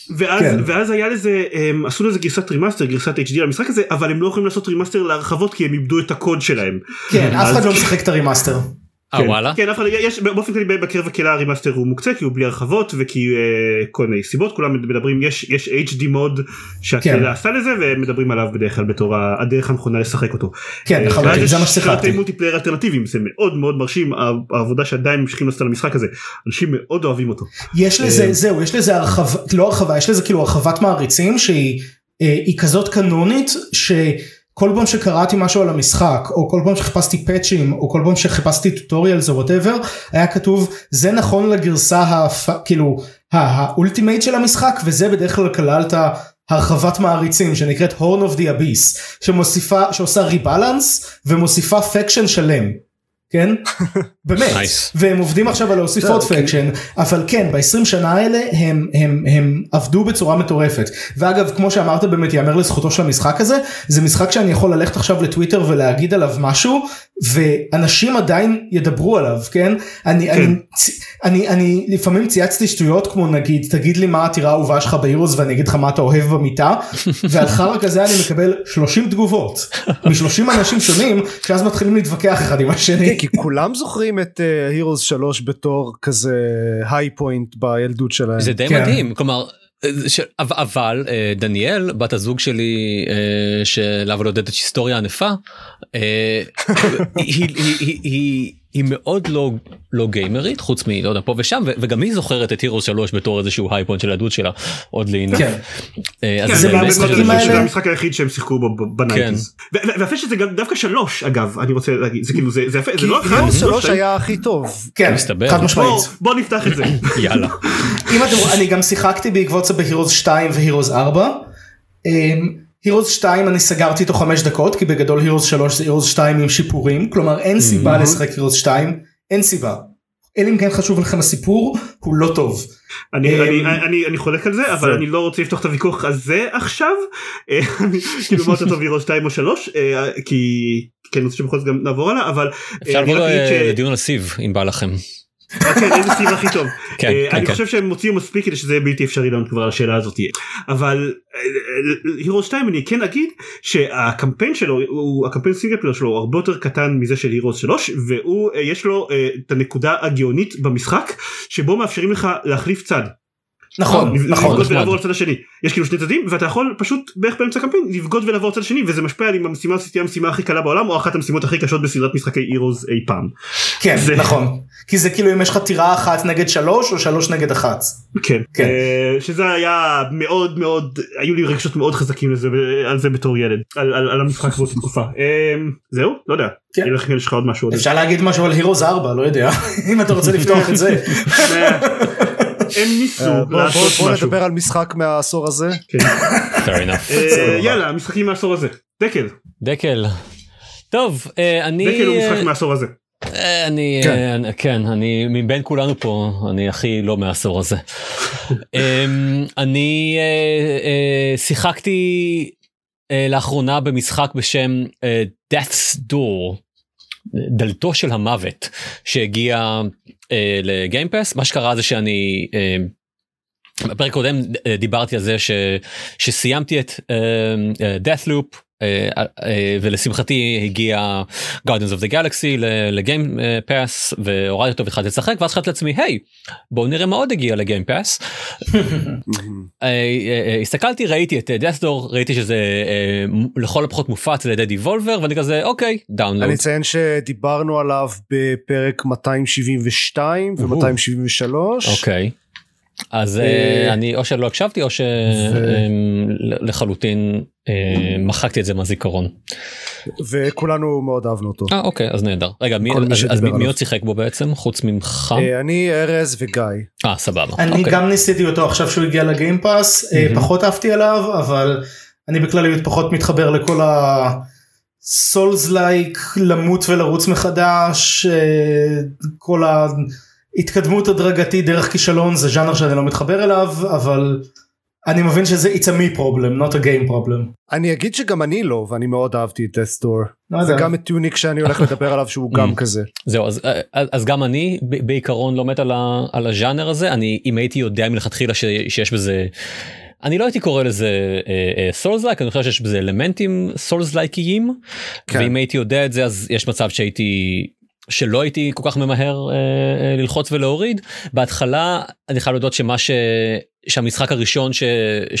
ואז היה לזה, עשו לזה גרסת רימאסטר, גרסת אייץ' די למשחק הזה, אבל הם לא יכולים לעשות רימאסטר להרחבות כי הם איבדו את הקוד שלהם. כן, אף אחד לא משחק את הרימאסטר. אה וואלה? כן, יש באופן כללי בקרב הקהילה הרימאסטר הוא מוקצה כי הוא בלי הרחבות וכי כל מיני סיבות, כולם מדברים, יש אייץ' די מוד שהקהילה עשה לזה והם מדברים עליו בדרך כלל בתור הדרך הנכונה לשחק אותו. כן, לחלוטין, זה מה ששיחקתי. יש מולטיפלייר אלטרנטיביים, זה מאוד מאוד מרשים העבודה שעדיין ממשיכים לעשות על המשחק הזה, אנשים מאוד אוהבים אותו. יש לזה, זהו, יש לזה הרחבה, לא הרחבה, יש לזה כאילו הרחבת מעריצים שהיא כזאת קנונית ש... כל פעם שקראתי משהו על המשחק, או כל פעם שחיפשתי פאצ'ים, או כל פעם שחיפשתי טוטוריאלס או whatever, היה כתוב, זה נכון לגרסה, הפ... כאילו, האולטימייט של המשחק, וזה בדרך כלל כלל את הרחבת מעריצים, שנקראת Horn of the Abyss, שמוסיפה, שעושה ריבלנס, ומוסיפה פקשן שלם. כן? באמת. והם עובדים עכשיו על להוסיף עוד פקשן, אבל כן, ב-עשרים שנה האלה הם, הם, הם עבדו בצורה מטורפת. ואגב, כמו שאמרת, באמת יאמר לזכותו של המשחק הזה, זה משחק שאני יכול ללכת עכשיו לטוויטר ולהגיד עליו משהו, ואנשים עדיין ידברו עליו, כן? אני, כן. אני, אני, אני לפעמים צייצתי שטויות, כמו נגיד, תגיד לי מה העתירה האהובה שלך בהירוס, ואני אגיד לך מה אתה אוהב במיטה, ועל חרק הזה אני מקבל שלושים תגובות, מ-שלושים אנשים שונים, שאז מתחילים להתווכח אחד עם השני. כי כולם זוכרים את הירוס שלוש בתור כזה היי פוינט בילדות שלהם. זה די מדהים, כלומר, אבל דניאל, בת הזוג שלי שלאו לא יודעת היסטוריה ענפה, היא מאוד לא גיימרית, חוץ מ, לא יודע, פה ושם, וגם היא זוכרת את הירוס שלוש בתור איזשהו היי פוינט של הילדות שלה, עוד להנה. כן, זה המשחק היחיד שהם שיחקו בנייטיז. ויפה שזה דווקא שלוש, אגב, אני רוצה להגיד, זה כאילו, זה יפה, זה לא אחד. הירוס שלוש היה הכי טוב. כן, חד משמעית. בוא נפתח את זה. יאללה. אני גם שיחקתי בעקבות זה בהירוס שתיים והירוס ארבע. הירוס שתיים אני סגרתי תוך חמש דקות, כי בגדול הירוס שלוש זה הירוס שתיים עם שיפורים, כלומר אין סיבה לשחק הירוס שתיים, אין סיבה. אלא אם כן חשוב לכם הסיפור, הוא לא טוב. אני חולק על זה, אבל אני לא רוצה לפתוח את הוויכוח הזה עכשיו, כאילו מה אתה טוב הירוס שתיים או שלוש, כי כן רוצה שבכל זאת גם נעבור עליה, אבל... אפשר לבוא לדיון על סיב, אם בא לכם. כן, איזה סיב הכי טוב. אני חושב שהם מוציאו מספיק כדי שזה בלתי אפשרי לנו כבר השאלה הזאת תהיה. אבל הירוס שתיים אני כן אגיד שהקמפיין שלו, הקמפיין סינגלפלר שלו הוא הרבה יותר קטן מזה של הירוס שלוש, והוא יש לו את הנקודה הגאונית במשחק שבו מאפשרים לך להחליף צד. נכון, נכון. לבגוד ולעבור לצד השני. יש כאילו שני צדים, ואתה יכול פשוט בערך באמצע הקמפיין לבגוד ולעבור לצד השני, וזה משפיע על אם המשימה תהיה המשימה הכי קלה בעולם, או אחת המשימות הכי קשות בסדרת משחקי הירוס אי פעם. כן, נכון. כי זה כאילו אם יש לך טירה אחת נגד שלוש, או שלוש נגד אחת. כן. שזה היה מאוד מאוד, היו לי רגשות מאוד חזקים על זה בתור ילד, על המשחק באותה תקופה. זהו? לא יודע. יש לך עוד משהו? אפשר להגיד משהו על הירוס ארבע, לא יודע. אם אתה רוצה לפתוח את זה. הם ניסו לעשות משהו. בוא נדבר על משחק מהעשור הזה. יאללה, משחקים מהעשור הזה. דקל. דקל. טוב, אני... דקל הוא משחק מהעשור הזה. אני, כן, אני מבין כולנו פה, אני הכי לא מהעשור הזה. אני שיחקתי לאחרונה במשחק בשם Death's Door, דלתו של המוות, שהגיע לגיימפס. מה שקרה זה שאני בפרק קודם דיברתי על זה שסיימתי את Deathloop, ולשמחתי הגיע Guardians of the Galaxy לגיים פאס, והורדתי אותו והתחלתי לשחק, ואז חשבתי לעצמי, היי, בואו נראה מה עוד הגיע לגיים פאס. הסתכלתי, ראיתי את Death's Door, ראיתי שזה לכל הפחות מופץ על ידי דיבולבר, ואני כזה, אוקיי, דאונלוד. אני אציין שדיברנו עליו בפרק מאתיים שבעים ושתיים ו-מאתיים שבעים ושלוש. אוקיי. אז אני או שלא הקשבתי או שלחלוטין מחקתי את זה מהזיכרון. וכולנו מאוד אהבנו אותו. אה אוקיי, אז נהדר. רגע, אז מי עוד שיחק בו בעצם חוץ ממך? אני, ארז וגיא. אה סבבה. אני גם ניסיתי אותו עכשיו שהוא הגיע לגיימפאס, פחות אהבתי עליו, אבל אני בכלליות פחות מתחבר לכל ה... סולס לייק, למות ולרוץ מחדש, כל ה... התקדמות הדרגתית דרך כישלון זה ז'אנר שאני לא מתחבר אליו, אבל אני מבין שזה it's a me problem, not a game problem. אני אגיד שגם אני לא, ואני מאוד אהבתי את Death's Door. וגם את טיוניק שאני הולך לדבר עליו שהוא גם כזה. זהו, אז, אז גם אני בעיקרון לא מת על, ה, על הז'אנר הזה. אני, אם הייתי יודע מלכתחילה שיש בזה, אני לא הייתי קורא לזה סולס לייק, אני חושב שיש בזה אלמנטים סולס לייקיים, ואם הייתי יודע את זה אז יש מצב שהייתי... שלא הייתי כל כך ממהר אה, אה, ללחוץ ולהוריד. בהתחלה אני חייב לדעות שמה ש... שהמשחק הראשון ש...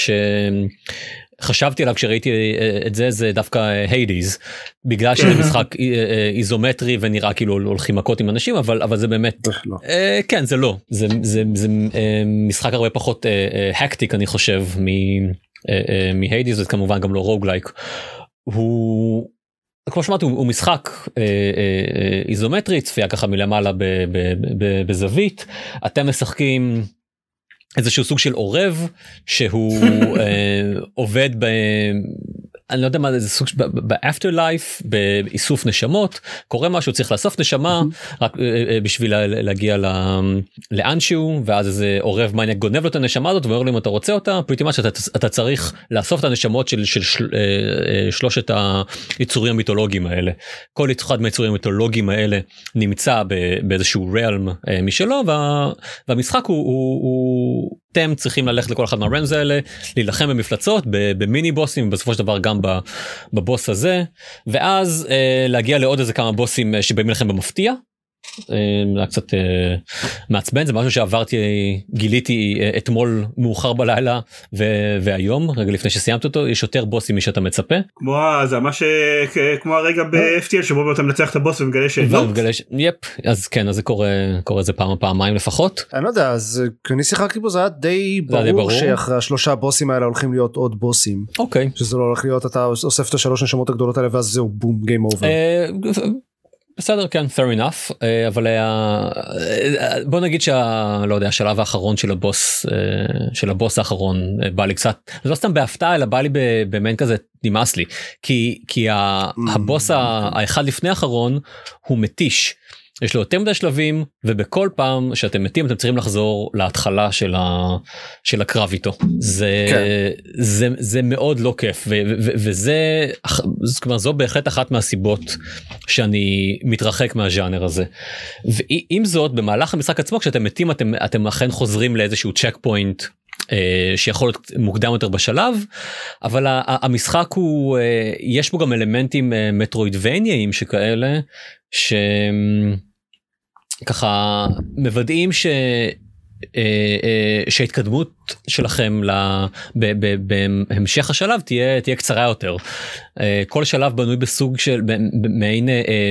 שחשבתי עליו כשראיתי את זה, זה דווקא היידיז, בגלל שזה משחק איזומטרי ונראה כאילו הולכים מכות עם אנשים, אבל, אבל זה באמת, אה, כן זה לא, זה, זה, זה אה, משחק הרבה פחות הקטיק אה, אני חושב מהיידיז, זה כמובן גם לא רוגלייק. הוא... כמו שמעתי, הוא משחק אה, אה, איזומטרי, צפייה ככה מלמעלה ב, ב, ב, בזווית, אתם משחקים איזשהו סוג של עורב, שהוא אה, עובד ב... אני לא יודע מה זה סוג, באפטר לייף, באיסוף נשמות, קורה משהו, צריך לאסוף נשמה, רק בשביל להגיע לאנשהו, ואז איזה עורב מניאק גונב לו את הנשמה הזאת, ואומר לו אם אתה רוצה אותה, פריטי מה שאתה צריך לאסוף את הנשמות של שלושת היצורים המיתולוגיים האלה. כל אחד מהיצורים המיתולוגיים האלה נמצא באיזשהו ריאלם משלו, והמשחק הוא, אתם צריכים ללכת לכל אחד מהרמז האלה, להילחם במפלצות, במיני בוסים, בסופו של דבר גם בבוס הזה, ואז להגיע לעוד איזה כמה בוסים שבאים לכם במפתיע, זה קצת מעצבן, זה משהו שעברתי, גיליתי אתמול מאוחר בלילה והיום, רגע לפני שסיימת אותו, יש יותר בוסים מי שאתה מצפה. כמו זה ממש כמו הרגע ב-אף טי אל שבו אתה מנצח את הבוס ומגלה שלא. יפ, אז כן, אז זה קורה זה פעם פעמיים לפחות. אני לא יודע, אז כשאני שיחקתי בו זה היה די ברור שאחרי השלושה בוסים האלה הולכים להיות עוד בוסים. אוקיי. שזה לא הולך להיות, אתה אוסף את השלוש נשמות הגדולות האלה ואז זהו בום, גיים אובר. בסדר, כן, fair enough, אבל בוא נגיד שלא יודע, השלב האחרון של הבוס, של הבוס האחרון בא לי קצת, לא סתם בהפתעה, אלא בא לי במעין כזה, נמאס לי, כי, כי הבוס האחד לפני האחרון הוא מתיש, יש לו יותר מדי שלבים, ובכל פעם שאתם מתים אתם צריכים לחזור להתחלה של, ה, של הקרב איתו. זה, כן. זה, זה מאוד לא כיף, ו, ו, וזה, כלומר, זו בהחלט אחת מהסיבות שאני מתרחק מהז'אנר הזה. ועם זאת, במהלך המשחק עצמו, כשאתם מתים, אתם, אתם אכן חוזרים לאיזשהו צ'ק פוינט, שיכול להיות מוקדם יותר בשלב, אבל המשחק הוא, יש בו גם אלמנטים מטרואידבניים שכאלה, ש... ככה מוודאים ש... שההתקדמות שלכם בהמשך השלב תהיה, תהיה קצרה יותר. כל שלב בנוי בסוג של מעין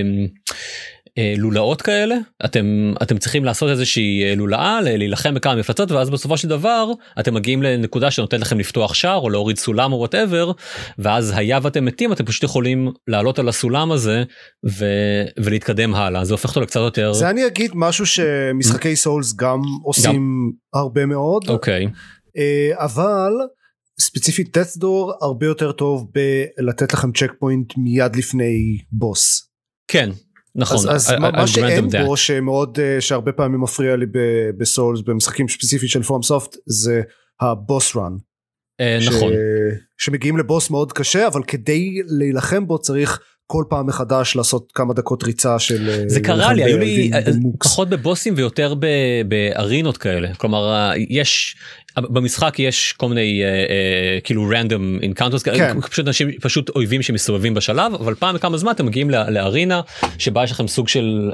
לולאות כאלה, אתם, אתם צריכים לעשות איזושהי לולאה, להילחם בכמה מפלצות, ואז בסופו של דבר אתם מגיעים לנקודה שנותנת לכם לפתוח שער או להוריד סולם או whatever, ואז היה ואתם מתים, אתם פשוט יכולים לעלות על הסולם הזה ו, ולהתקדם הלאה. זה הופך אותו לקצת יותר... זה אני אגיד משהו שמשחקי סולס גם עושים גם. הרבה מאוד, אוקיי. אבל ספציפית טסדור הרבה יותר טוב בלתת לכם צ'ק פוינט מיד לפני בוס. כן. נכון. אז, אז I, מה I שאין בו שמאוד שהרבה פעמים מפריע לי בסולס במשחקים ספציפית של פורם סופט זה הבוס רן. נכון. שמגיעים לבוס מאוד קשה אבל כדי להילחם בו צריך כל פעם מחדש לעשות כמה דקות ריצה של... זה קרה לי, היו לי פחות בבוסים ויותר בארינות כאלה. כלומר, יש, במשחק יש כל מיני כאילו random encounters, פשוט אנשים, פשוט אויבים שמסתובבים בשלב, אבל פעם וכמה זמן אתם מגיעים לארינה, שבה יש לכם סוג של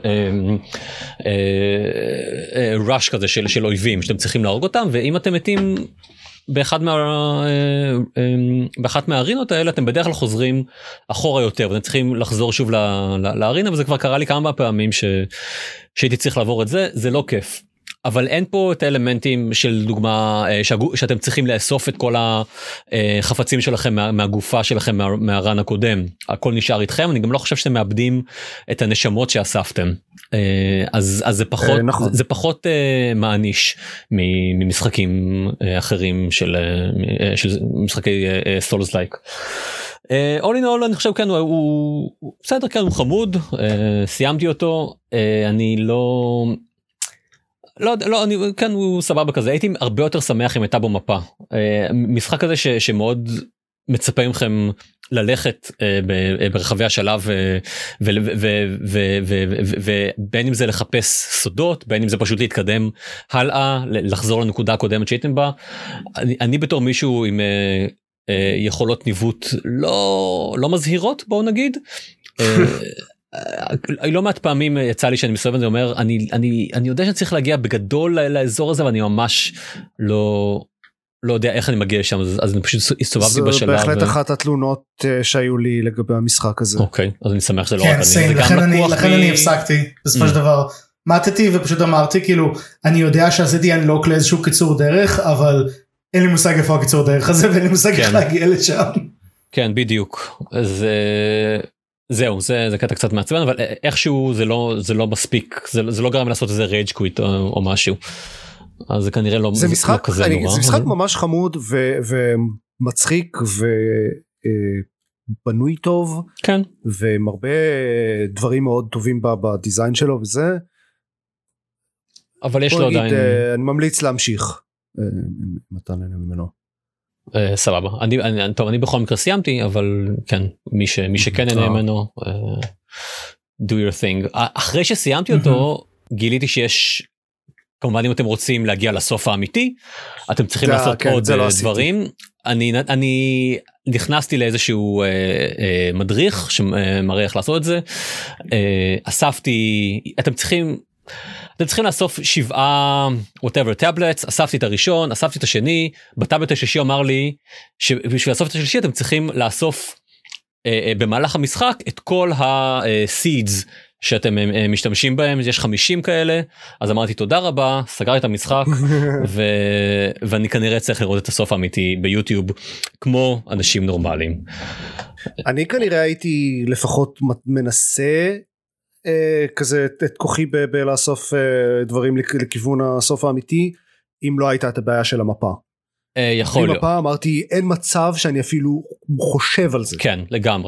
rush כזה של אויבים, שאתם צריכים להרוג אותם, ואם אתם מתים... באחד מה, באחת מהארינות האלה אתם בדרך כלל חוזרים אחורה יותר ואתם צריכים לחזור שוב לארינה, וזה כבר קרה לי כמה פעמים ש, שהייתי צריך לעבור את זה, זה לא כיף. אבל אין פה את האלמנטים של דוגמה שאתם צריכים לאסוף את כל החפצים שלכם מהגופה שלכם מהרן הקודם, הכל נשאר איתכם. אני גם לא חושב שאתם מאבדים את הנשמות שאספתם, אז, אז זה פחות, נכון. זה פחות מעניש ממשחקים אחרים של, של משחקי סולס לייק. all in all אני חושב כן הוא, הוא בסדר, כן הוא חמוד, סיימתי אותו, אני לא לא, לא, אני, כן, הוא סבבה כזה, הייתי הרבה יותר שמח אם הייתה בו מפה. משחק כזה ש, שמאוד מצפה מכם ללכת ברחבי השלב, ובין אם זה לחפש סודות, בין אם זה פשוט להתקדם הלאה, לחזור לנקודה הקודמת שהייתם בה. אני, אני בתור מישהו עם יכולות ניווט לא, לא מזהירות, בואו נגיד, לא מעט פעמים יצא לי שאני מסתובב וזה אומר אני אני אני יודע שאני צריך להגיע בגדול לאזור הזה ואני ממש לא לא יודע איך אני מגיע לשם, אז אני פשוט הסתובבתי בשלב. זה בהחלט אחת התלונות שהיו לי לגבי המשחק הזה. אוקיי, אז אני שמח שזה לא רק אני. לכן אני לכן אני הפסקתי בסופו של דבר, מתתי ופשוט אמרתי כאילו אני יודע שעשיתי אנלוק לאיזשהו קיצור דרך, אבל אין לי מושג איפה הקיצור דרך הזה ואין לי מושג איך להגיע לשם. כן, בדיוק. אז זהו, זה, זה קטע קצת מעצבן, אבל איכשהו זה לא, זה לא מספיק, זה, זה לא גרם לעשות איזה רייג' קוויט או, או משהו. אז זה כנראה לא, זה משחק, לא כזה אני, נורא. זה משחק ממש חמוד ו, ומצחיק בנוי טוב, כן. ועם הרבה דברים מאוד טובים בדיזיין שלו וזה. אבל יש לו נגיד, עדיין... אני ממליץ להמשיך, אם אתה נהנה ממנו. Uh, סבבה, אני, אני, טוב, אני בכל מקרה סיימתי, אבל כן, מי, ש, מי שכן נהנה ממנו, uh, do your thing. אחרי שסיימתי אותו, גיליתי שיש, כמובן אם אתם רוצים להגיע לסוף האמיתי, אתם צריכים לעשות כן, עוד לא דברים. אני, אני נכנסתי לאיזשהו uh, uh, מדריך שמראה איך לעשות את זה, uh, אספתי, אתם צריכים, אתם צריכים לאסוף שבעה whatever tablets, אספתי את הראשון, אספתי את השני, בטאבלט השלישי אמר לי שבשביל לאסוף את השלישי אתם צריכים לאסוף אה, אה, במהלך המשחק את כל ה-seeds שאתם אה, משתמשים בהם, יש חמישים כאלה, אז אמרתי תודה רבה, סגרתי את המשחק, ו... ואני כנראה צריך לראות את הסוף האמיתי ביוטיוב, כמו אנשים נורמליים. אני כנראה הייתי לפחות מנסה, כזה את כוחי בלאסוף דברים לכיוון הסוף האמיתי, אם לא הייתה את הבעיה של המפה. יכול להיות. במפה אמרתי אין מצב שאני אפילו חושב על זה. כן, לגמרי.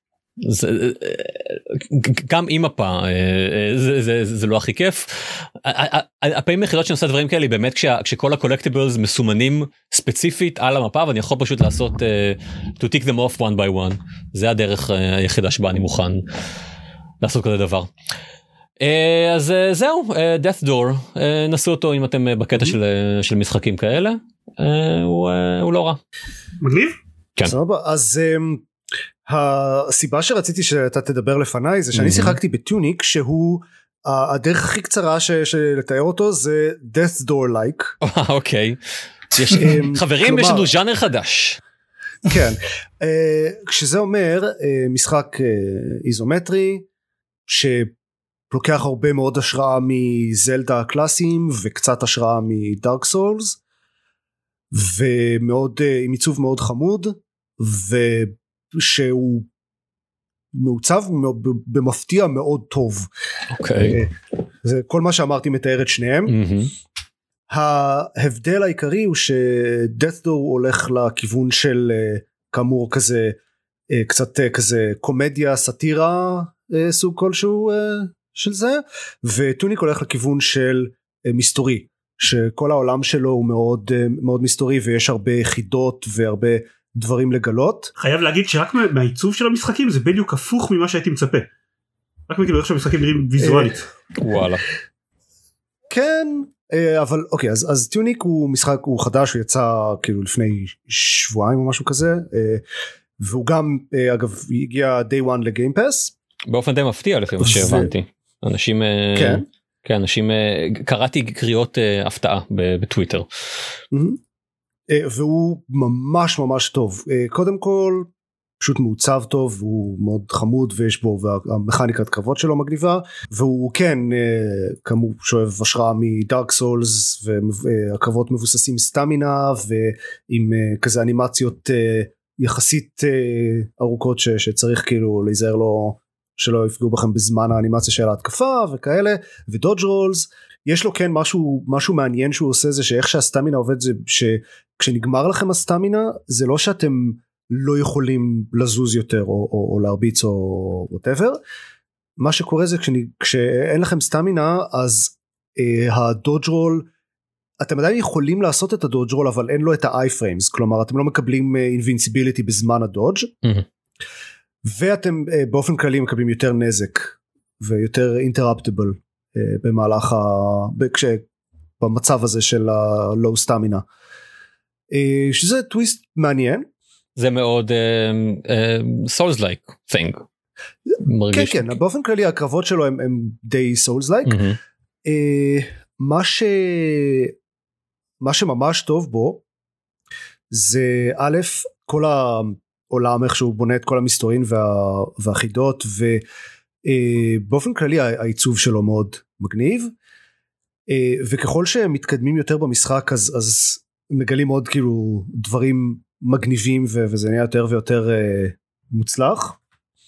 גם עם מפה, זה לא הכי כיף. הפעמים היחידות שאני עושה דברים כאלה, באמת כשכל הקולקטיבלס מסומנים ספציפית על המפה, ואני יכול פשוט לעשות to tick them off one by one. זה הדרך היחידה שבה אני מוכן לעשות כזה דבר. אז זהו, Death Door, נסו אותו אם אתם בקטע של, של משחקים כאלה, הוא, הוא לא רע. מגניב? כן. סבבה, אז הסיבה שרציתי שאתה תדבר לפניי, זה שאני שיחקתי בטוניק, שהוא, הדרך הכי קצרה של לתאר אותו, זה Death Door like. אוקיי. חברים, יש לנו ז'אנר חדש. כן, כשזה אומר משחק איזומטרי, שלוקח הרבה מאוד השראה מזלדה הקלאסיים וקצת השראה מדארק סולס, ומאוד עם עיצוב מאוד חמוד, ושהוא מעוצב במפתיע מאוד טוב. אוקיי. זה כל מה שאמרתי מתאר את שניהם. ההבדל העיקרי הוא שדאת' דור הולך לכיוון של כאמור כזה קצת כזה קומדיה סאטירה סוג כלשהו של זה, וטוניק הולך לכיוון של מסתורי, שכל העולם שלו הוא מאוד מאוד מסתורי, ויש הרבה יחידות והרבה דברים לגלות. חייב להגיד שרק מהעיצוב של המשחקים זה בדיוק הפוך ממה שהייתי מצפה, רק מכאילו איך שהמשחקים נראים ויזואלית. וואלה. כן, אבל אוקיי, אז אז טוניק הוא משחק, הוא חדש, הוא יצא כאילו לפני שבועיים או משהו כזה, והוא גם אגב הגיע day one לגיים פאס. באופן די מפתיע לפי מה שהבנתי. אנשים, כן, כן, אנשים, קראתי קריאות הפתעה בטוויטר. והוא ממש ממש טוב. קודם כל, פשוט מעוצב טוב, הוא מאוד חמוד ויש בו, והמכניקת קרבות שלו מגניבה, והוא כן, כמו שואב השראה מדארק סולס, והקרבות מבוססים סטמינה, ועם כזה אנימציות יחסית ארוכות שצריך כאילו להיזהר לו, שלא יפגעו בכם בזמן האנימציה של ההתקפה וכאלה, ודודג' רולס. יש לו כן משהו, משהו מעניין שהוא עושה, זה שאיך שהסטמינה עובד, זה שכשנגמר לכם הסטמינה, זה לא שאתם לא יכולים לזוז יותר או, או, או להרביץ או whatever. מה שקורה זה כשאני, כשאין לכם סטמינה, אז אה, הדודג' רול, אתם עדיין יכולים לעשות את הדודג' רול, אבל אין לו את ה-i frames, כלומר אתם לא מקבלים invincibility בזמן הדודג', mm-hmm. ואתם אה, באופן כללי מקבלים יותר נזק ויותר interruptible אה, במהלך ה... כש... במצב הזה של ה-low stamina, אה, שזה טוויסט מעניין. זה מאוד סולס לייק thing. כן כן, באופן כללי הקרבות שלו הם, הם די סולס לייק. מה ש... מה שממש טוב בו זה א', כל העולם איך שהוא בונה את כל המסתורין וה... והחידות, ובאופן כללי העיצוב שלו מאוד מגניב, וככל שהם מתקדמים יותר במשחק אז, אז מגלים עוד כאילו דברים מגניבים, ו- וזה נהיה יותר ויותר uh, מוצלח.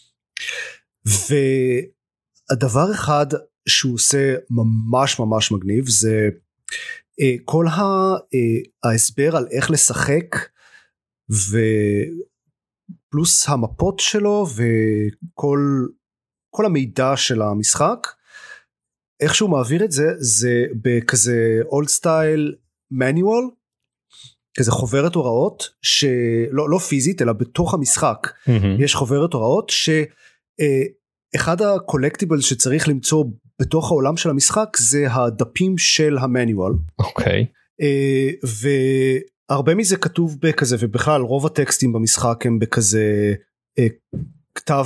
והדבר אחד שהוא עושה ממש ממש מגניב, זה uh, כל ה- uh, ההסבר על איך לשחק, פלוס המפות שלו וכל כל המידע של המשחק, איך שהוא מעביר את זה, זה בכזה אולד סטייל מניואל, כזה חוברת הוראות, שלא לא פיזית, אלא בתוך המשחק, mm-hmm. יש חוברת הוראות, שאחד הקולקטיבלס שצריך למצוא בתוך העולם של המשחק, זה הדפים של המניואל. אוקיי. Okay. והרבה מזה כתוב בכזה, ובכלל רוב הטקסטים במשחק הם בכזה כתב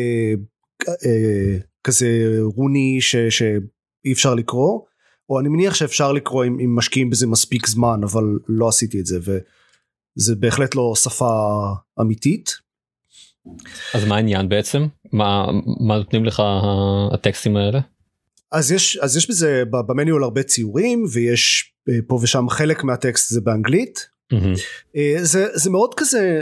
כזה רוני ש, שאי אפשר לקרוא, או אני מניח שאפשר לקרוא אם, אם משקיעים בזה מספיק זמן, אבל לא עשיתי את זה, וזה בהחלט לא שפה אמיתית. אז מה העניין בעצם? מה, מה נותנים לך הטקסטים האלה? אז יש, אז יש בזה במניול הרבה ציורים, ויש פה ושם חלק מהטקסט זה באנגלית. Mm-hmm. זה, זה מאוד כזה,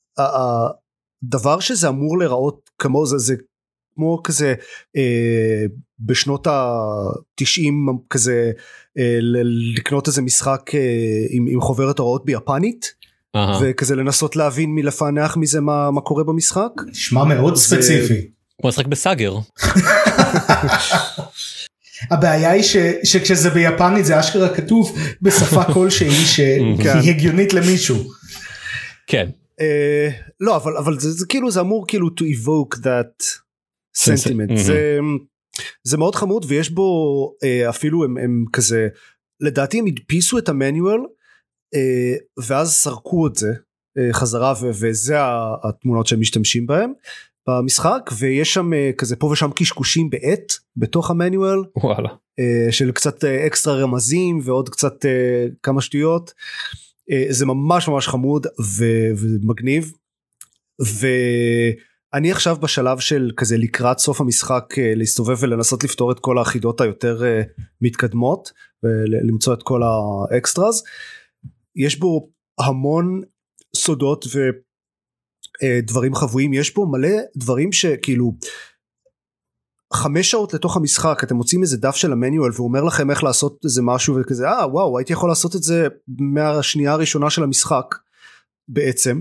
הדבר שזה אמור לראות כמו זה, זה כמו כזה אה, בשנות ה-תשעים כזה אה, לקנות איזה משחק אה, עם, עם חוברת הוראות ביפנית, uh-huh. וכזה לנסות להבין מלפענח מזה מה, מה קורה במשחק. נשמע מאוד זה... ספציפי. כמו לשחק בסאגר. הבעיה היא ש, שכשזה ביפנית זה אשכרה כתוב בשפה כלשהי שהיא הגיונית למישהו. כן. אה, לא, אבל, אבל זה, זה כאילו זה אמור כאילו to evoke that sentiment. mm-hmm. זה, זה מאוד חמוד, ויש בו אה, אפילו הם, הם כזה, לדעתי הם הדפיסו את המניואל, אה, ואז סרקו את זה אה, חזרה, ו- וזה התמונות שהם משתמשים בהם במשחק, ויש שם אה, כזה פה ושם קשקושים בעט בתוך המניואל, וואלה. אה, של קצת אה, אקסטרה רמזים ועוד קצת אה, כמה שטויות. אה, זה ממש ממש חמוד ו- ומגניב, ואני עכשיו בשלב של כזה לקראת סוף המשחק אה, להסתובב ולנסות לפתור את כל האחידות היותר אה, מתקדמות ולמצוא את כל האקסטראז. יש בו המון סודות ודברים חבויים, יש בו מלא דברים שכאילו חמש שעות לתוך המשחק אתם מוצאים איזה דף של המניואל והוא אומר לכם איך לעשות איזה משהו וכזה, אה וואו הייתי יכול לעשות את זה מהשנייה הראשונה של המשחק בעצם,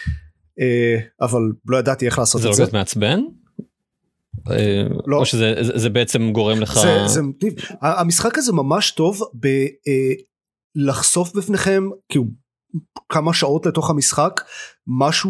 אבל לא ידעתי איך לעשות את זה. זה לא קצת מעצבן? לא. או שזה זה בעצם גורם לך... זה, זה, המשחק הזה ממש טוב ב... לחשוף בפניכם כאילו כמה שעות לתוך המשחק משהו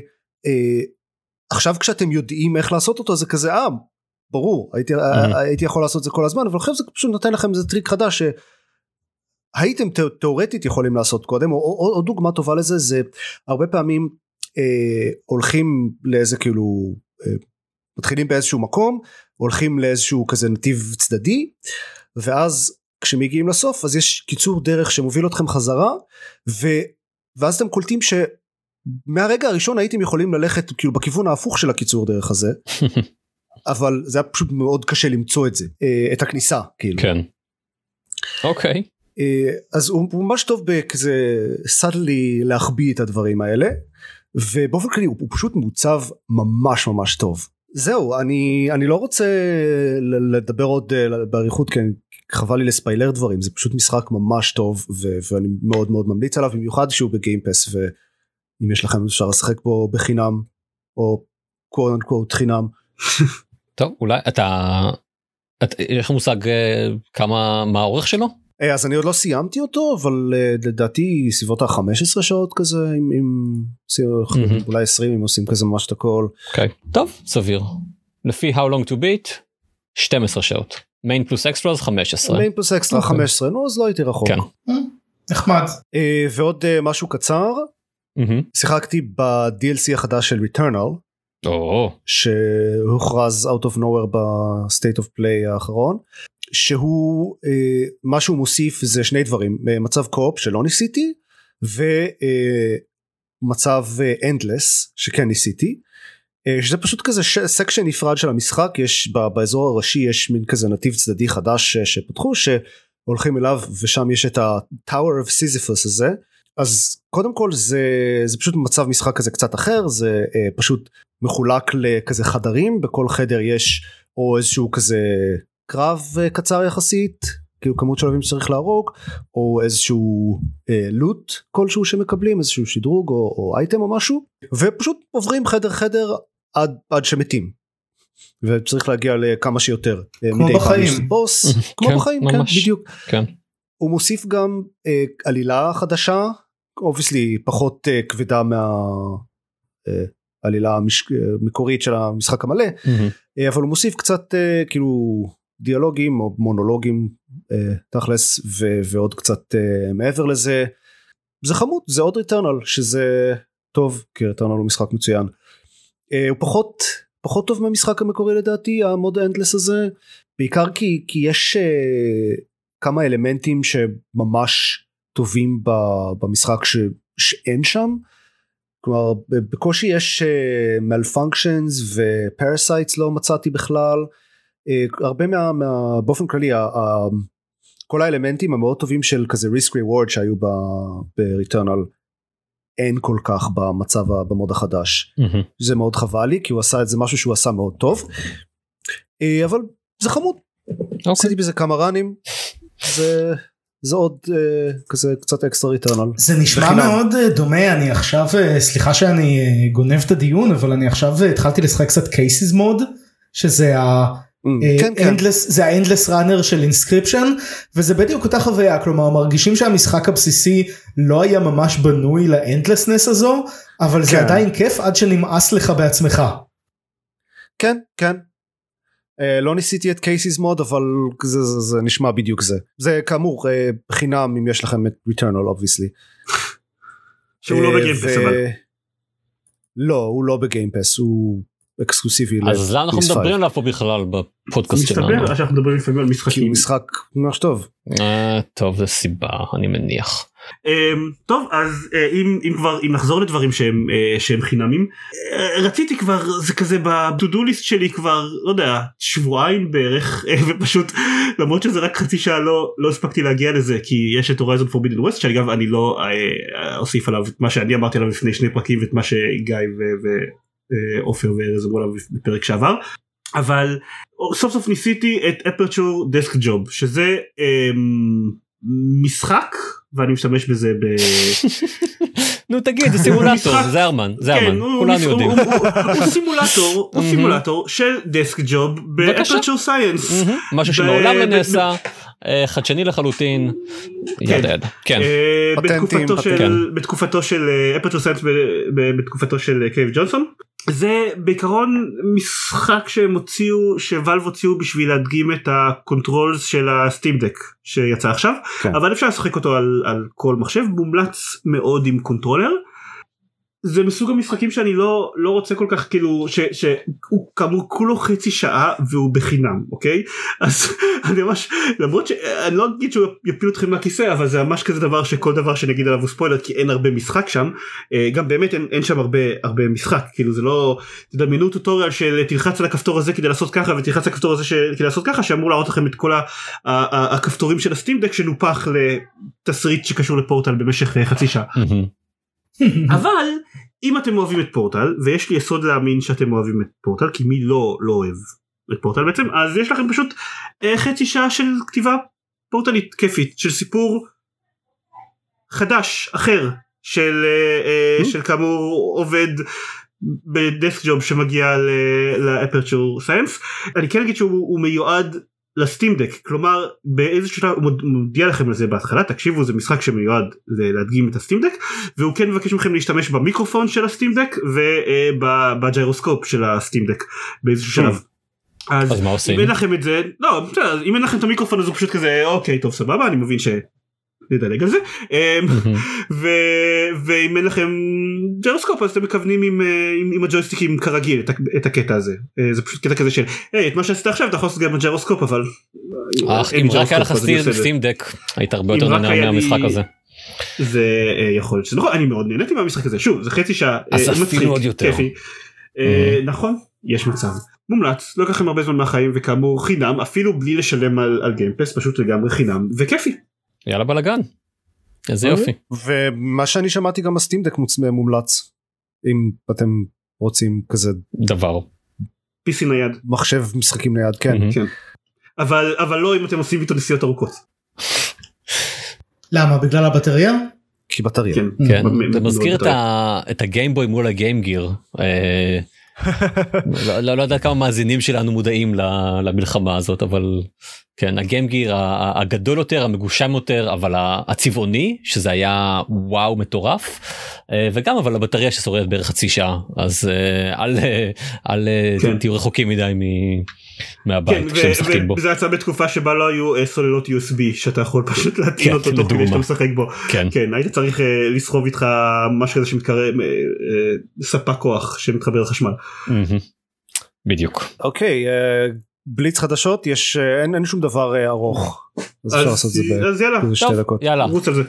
שעכשיו כשאתם יודעים איך לעשות אותו זה כזה אה ברור הייתי, mm-hmm. הייתי יכול לעשות זה כל הזמן, אבל עכשיו זה פשוט נותן לכם איזה טריק חדש שהייתם תיאורטית יכולים לעשות קודם. או, או, או דוגמה טובה לזה זה הרבה פעמים אה, הולכים לאיזה כאילו אה, מתחילים באיזשהו מקום, הולכים לאיזשהו כזה נתיב צדדי, ואז כשמגיעים לסוף אז יש קיצור דרך שמוביל אתכם חזרה, ו... ואז אתם קולטים שמהרגע הראשון הייתם יכולים ללכת כאילו בכיוון ההפוך של הקיצור דרך הזה, אבל זה היה פשוט מאוד קשה למצוא את זה, את הכניסה כאילו. כן. אוקיי. אז הוא, הוא ממש טוב בכזה סאדלי להחביא את הדברים האלה, ובאופן כללי הוא, הוא פשוט מוצב ממש ממש טוב. זהו, אני, אני לא רוצה לדבר עוד בעריכות, כי חבל לי לספיילר דברים, זה פשוט משחק ממש טוב, ו- ואני מאוד מאוד ממליץ עליו, במיוחד שהוא בגיימפס, ואם יש לכם אפשר לשחק בו בחינם, או קוואט אנקוואט חינם. טוב, אולי אתה, את, יש לך מושג כמה, מה האורך שלו? אז אני עוד לא סיימתי אותו, אבל לדעתי סביבות ה-חמש עשרה שעות כזה, עם, עם mm-hmm. אולי עשרים, אם עושים כזה ממש את הכל. אוקיי, okay. טוב, סביר. לפי How Long to Beat, שתים עשרה שעות. מיין פלוס אקסטראז חמש עשרה. מיין פלוס אקסטרה חמש עשרה, נו אז לא הייתי רחוק. כן. נחמד. ועוד משהו קצר, שיחקתי ב-די אל סי החדש של Returnal, שהוכרז out of nowhere ב-State of Play האחרון, שהוא, מה שהוא מוסיף זה שני דברים, מצב קו-אופ שלא ניסיתי, ומצב Endless שכן ניסיתי, שזה פשוט כזה סקשן נפרד של המשחק, יש באזור הראשי יש מין כזה נתיב צדדי חדש שפתחו, שהולכים אליו ושם יש את ה-Tower of Sisyphus הזה, אז קודם כל זה, זה פשוט מצב משחק כזה קצת אחר, זה פשוט מחולק לכזה חדרים, בכל חדר יש או איזשהו כזה קרב קצר יחסית, כאילו כמות של אויבים שצריך להרוג, או איזשהו אה, לוט כלשהו שמקבלים, איזשהו שדרוג או, או אייטם או משהו, ופשוט עוברים חדר חדר עד, עד שמתים. וצריך להגיע לכמה שיותר. כמו בחיים. בוס, כמו בחיים, כן, בדיוק. כן. הוא מוסיף גם אה, עלילה חדשה, אובייסלי פחות אה, כבדה מהעלילה אה, המקורית של המשחק המלא, mm-hmm. אה, אבל הוא מוסיף קצת אה, כאילו דיאלוגים או מונולוגים אה, תכלס, ו- ועוד קצת אה, מעבר לזה. זה חמוד, זה עוד ריטרנל, שזה טוב, כי ריטרנל הוא משחק מצוין. אה, הוא פחות, פחות טוב מהמשחק המקורי לדעתי, המוד האנדלס הזה, בעיקר כי, כי יש... אה, כמה אלמנטים שממש טובים במשחק ש, שאין שם, כלומר בקושי יש malfunctions ו-parasites לא מצאתי בכלל, הרבה מה, מה באופן כללי, ה, ה, כל האלמנטים המאוד טובים של כזה risk reward שהיו ב-Returnal, אין כל כך במצב, במוד החדש, mm-hmm. זה מאוד חבל לי, כי הוא עשה את זה משהו שהוא עשה מאוד טוב, אבל זה חמוד, okay. עשיתי בזה כמה רנים, זה, זה עוד uh, כזה קצת אקסטרה ריטרנל. זה נשמע בחינם. מאוד uh, דומה, אני עכשיו, uh, סליחה שאני uh, גונב את הדיון, אבל אני עכשיו uh, התחלתי לשחק קצת cases mode, שזה ה... Mm, כן, כן. Endless, זה ה-Endless Runner של Inscription, וזה בדיוק אותה חוויה, כלומר מרגישים שהמשחק הבסיסי לא היה ממש בנוי ל-Endlessness הזו, אבל כן. זה עדיין כיף עד שנמאס לך בעצמך. כן, כן. לא ניסיתי את cases mode, אבל זה, זה, זה נשמע בדיוק זה. זה כאמור חינם אם יש לכם את Returnal obviously. שהוא לא בגיימפס אבל. לא, הוא לא בגיימפס, הוא אקסקלוסיבי. אז למה אנחנו מדברים עליו פה בכלל בפודקאסט שלנו? מסתבר שאנחנו מדברים לפעמים על משחקים. הוא משחק ממש טוב. טוב, זה סיבה, אני מניח. טוב, אז אם כבר, אם נחזור לדברים שהם חינמים, רציתי כבר, זה כזה בדודו ליסט שלי כבר, לא יודע, שבועיים בערך, ופשוט, למרות שזה רק חצי שעה לא הספקתי להגיע לזה, כי יש את הורייזון פורבידן ווסט, שאגב אני לא אוסיף עליו את מה שאני אמרתי עליו לפני שני פרקים, ואת מה שגיא ואופר וארז אמרו עליו בפרק שעבר, אבל סוף סוף ניסיתי את Aperture Desk Job, שזה משחק, ואני משתמש בזה ב... נו תגיד, זה סימולטור, זה ארמן, זה ארמן, כולנו יודעים. הוא סימולטור, הוא סימולטור של דסק ג'וב באפרצ'ר סיינס. משהו שמעולם לא נעשה, חדשני לחלוטין, ידע ידע, כן. בתקופתו של אפרצ'ר סיינס, בתקופתו של קייב ג'ונסון. זה בעיקרון משחק שהם הוציאו, שוואלב הוציאו בשביל להדגים את הקונטרולס של הסטים דק שיצא עכשיו, כן. אבל אפשר לשחק אותו על, על כל מחשב, מומלץ מאוד עם קונטרולר. זה מסוג המשחקים שאני לא, לא רוצה כל כך, כאילו, ש, שהוא כאמור כולו חצי שעה והוא בחינם, אוקיי? אז אני ממש, למרות שאני לא אגיד שהוא יפיל אתכם מהכיסא, אבל זה ממש כזה דבר שכל דבר שנגיד עליו הוא ספוילר, כי אין הרבה משחק שם, גם באמת אין, אין שם הרבה, הרבה משחק, כאילו זה לא, תדמיינו טוטוריאל של תלחץ על הכפתור הזה כדי לעשות ככה, ותלחץ על הכפתור הזה ש, כדי לעשות ככה, שאמור להראות לכם את כל ה, ה, ה, הכפתורים של הסטים דק שנופח לתסריט שקשור לפורטל במשך חצי שעה. אבל אם אתם אוהבים את פורטל, ויש לי יסוד להאמין שאתם אוהבים את פורטל, כי מי לא, לא אוהב את פורטל בעצם, אז יש לכם פשוט אה, חצי שעה של כתיבה פורטלית כיפית, של סיפור חדש, אחר, של, אה, של כאמור עובד בדסק ג'וב שמגיע לאפרצ'ר סיינס. אני כן אגיד שהוא מיועד לסטים דק, כלומר באיזשהו שלב הוא מודיע לכם על זה בהתחלה, תקשיבו, זה משחק שמיועד להדגים את הסטים דק, והוא כן מבקש מכם להשתמש במיקרופון של הסטים דק ובג'יירוסקופ של הסטים דק באיזשהו שלב. אז מה עושים? אם אין לכם את זה, לא, אם אין לכם את המיקרופון אז הוא פשוט כזה, אוקיי, טוב, סבבה, אני מבין ש... נדלג על זה, ואם אין לכם ג'יירוסקופ אז אתם מכוונים עם הג'ויסטיקים כרגיל את הקטע הזה, זה פשוט קטע כזה של את מה שעשית עכשיו אתה יכול לעשות גם בג'יירוסקופ, אבל אם רק היה לך סטים דק היית הרבה יותר נהנה מהמשחק הזה. זה יכול להיות שנכון, אני מאוד נהניתי מהמשחק הזה, שוב זה חצי שעה אפילו עוד יותר, נכון, יש מצב מומלץ, לא לכם הרבה זמן מהחיים, וכאמור חינם אפילו בלי לשלם על גיימפס, פשוט לגמרי חינם וכיפי. יאללה בלגן, איזה יופי. ומה שאני שמעתי גם הסטים דק מומלץ, אם אתם רוצים כזה דבר. פי סי נייד. מחשב משחקים נייד, כן. אבל אבל לא אם אתם עושים איתו נסיעות ארוכות. למה? בגלל הבטריה? כי בטריה. כן, זה מזכיר את הגיימבוי מול הגיימגיר. לא יודע כמה מאזינים שלנו מודעים למלחמה הזאת, אבל כן, הגיימגיר הגדול יותר, המגושם יותר, אבל הצבעוני, שזה היה וואו מטורף, וגם אבל הבטריה ששורדת בערך חצי שעה, אז אל תהיו רחוקים מדי מהבית כשמשחקים בו. וזה יצא בתקופה שבה לא היו סוללות יו אס בי, שאתה יכול פשוט להטעין אותו תוך כדי שאתה משחק בו. כן, היית צריך לסחוב איתך משהו כזה שמתקרב, ספק כוח שמתחבר לחשמל. בדיוק. אוקיי, בליץ חדשות, יש, אין, אין שום דבר ארוך. אז אפשר לעשות את זה אז יאללה, בשתי דקות. יאללה. רוץ על זה.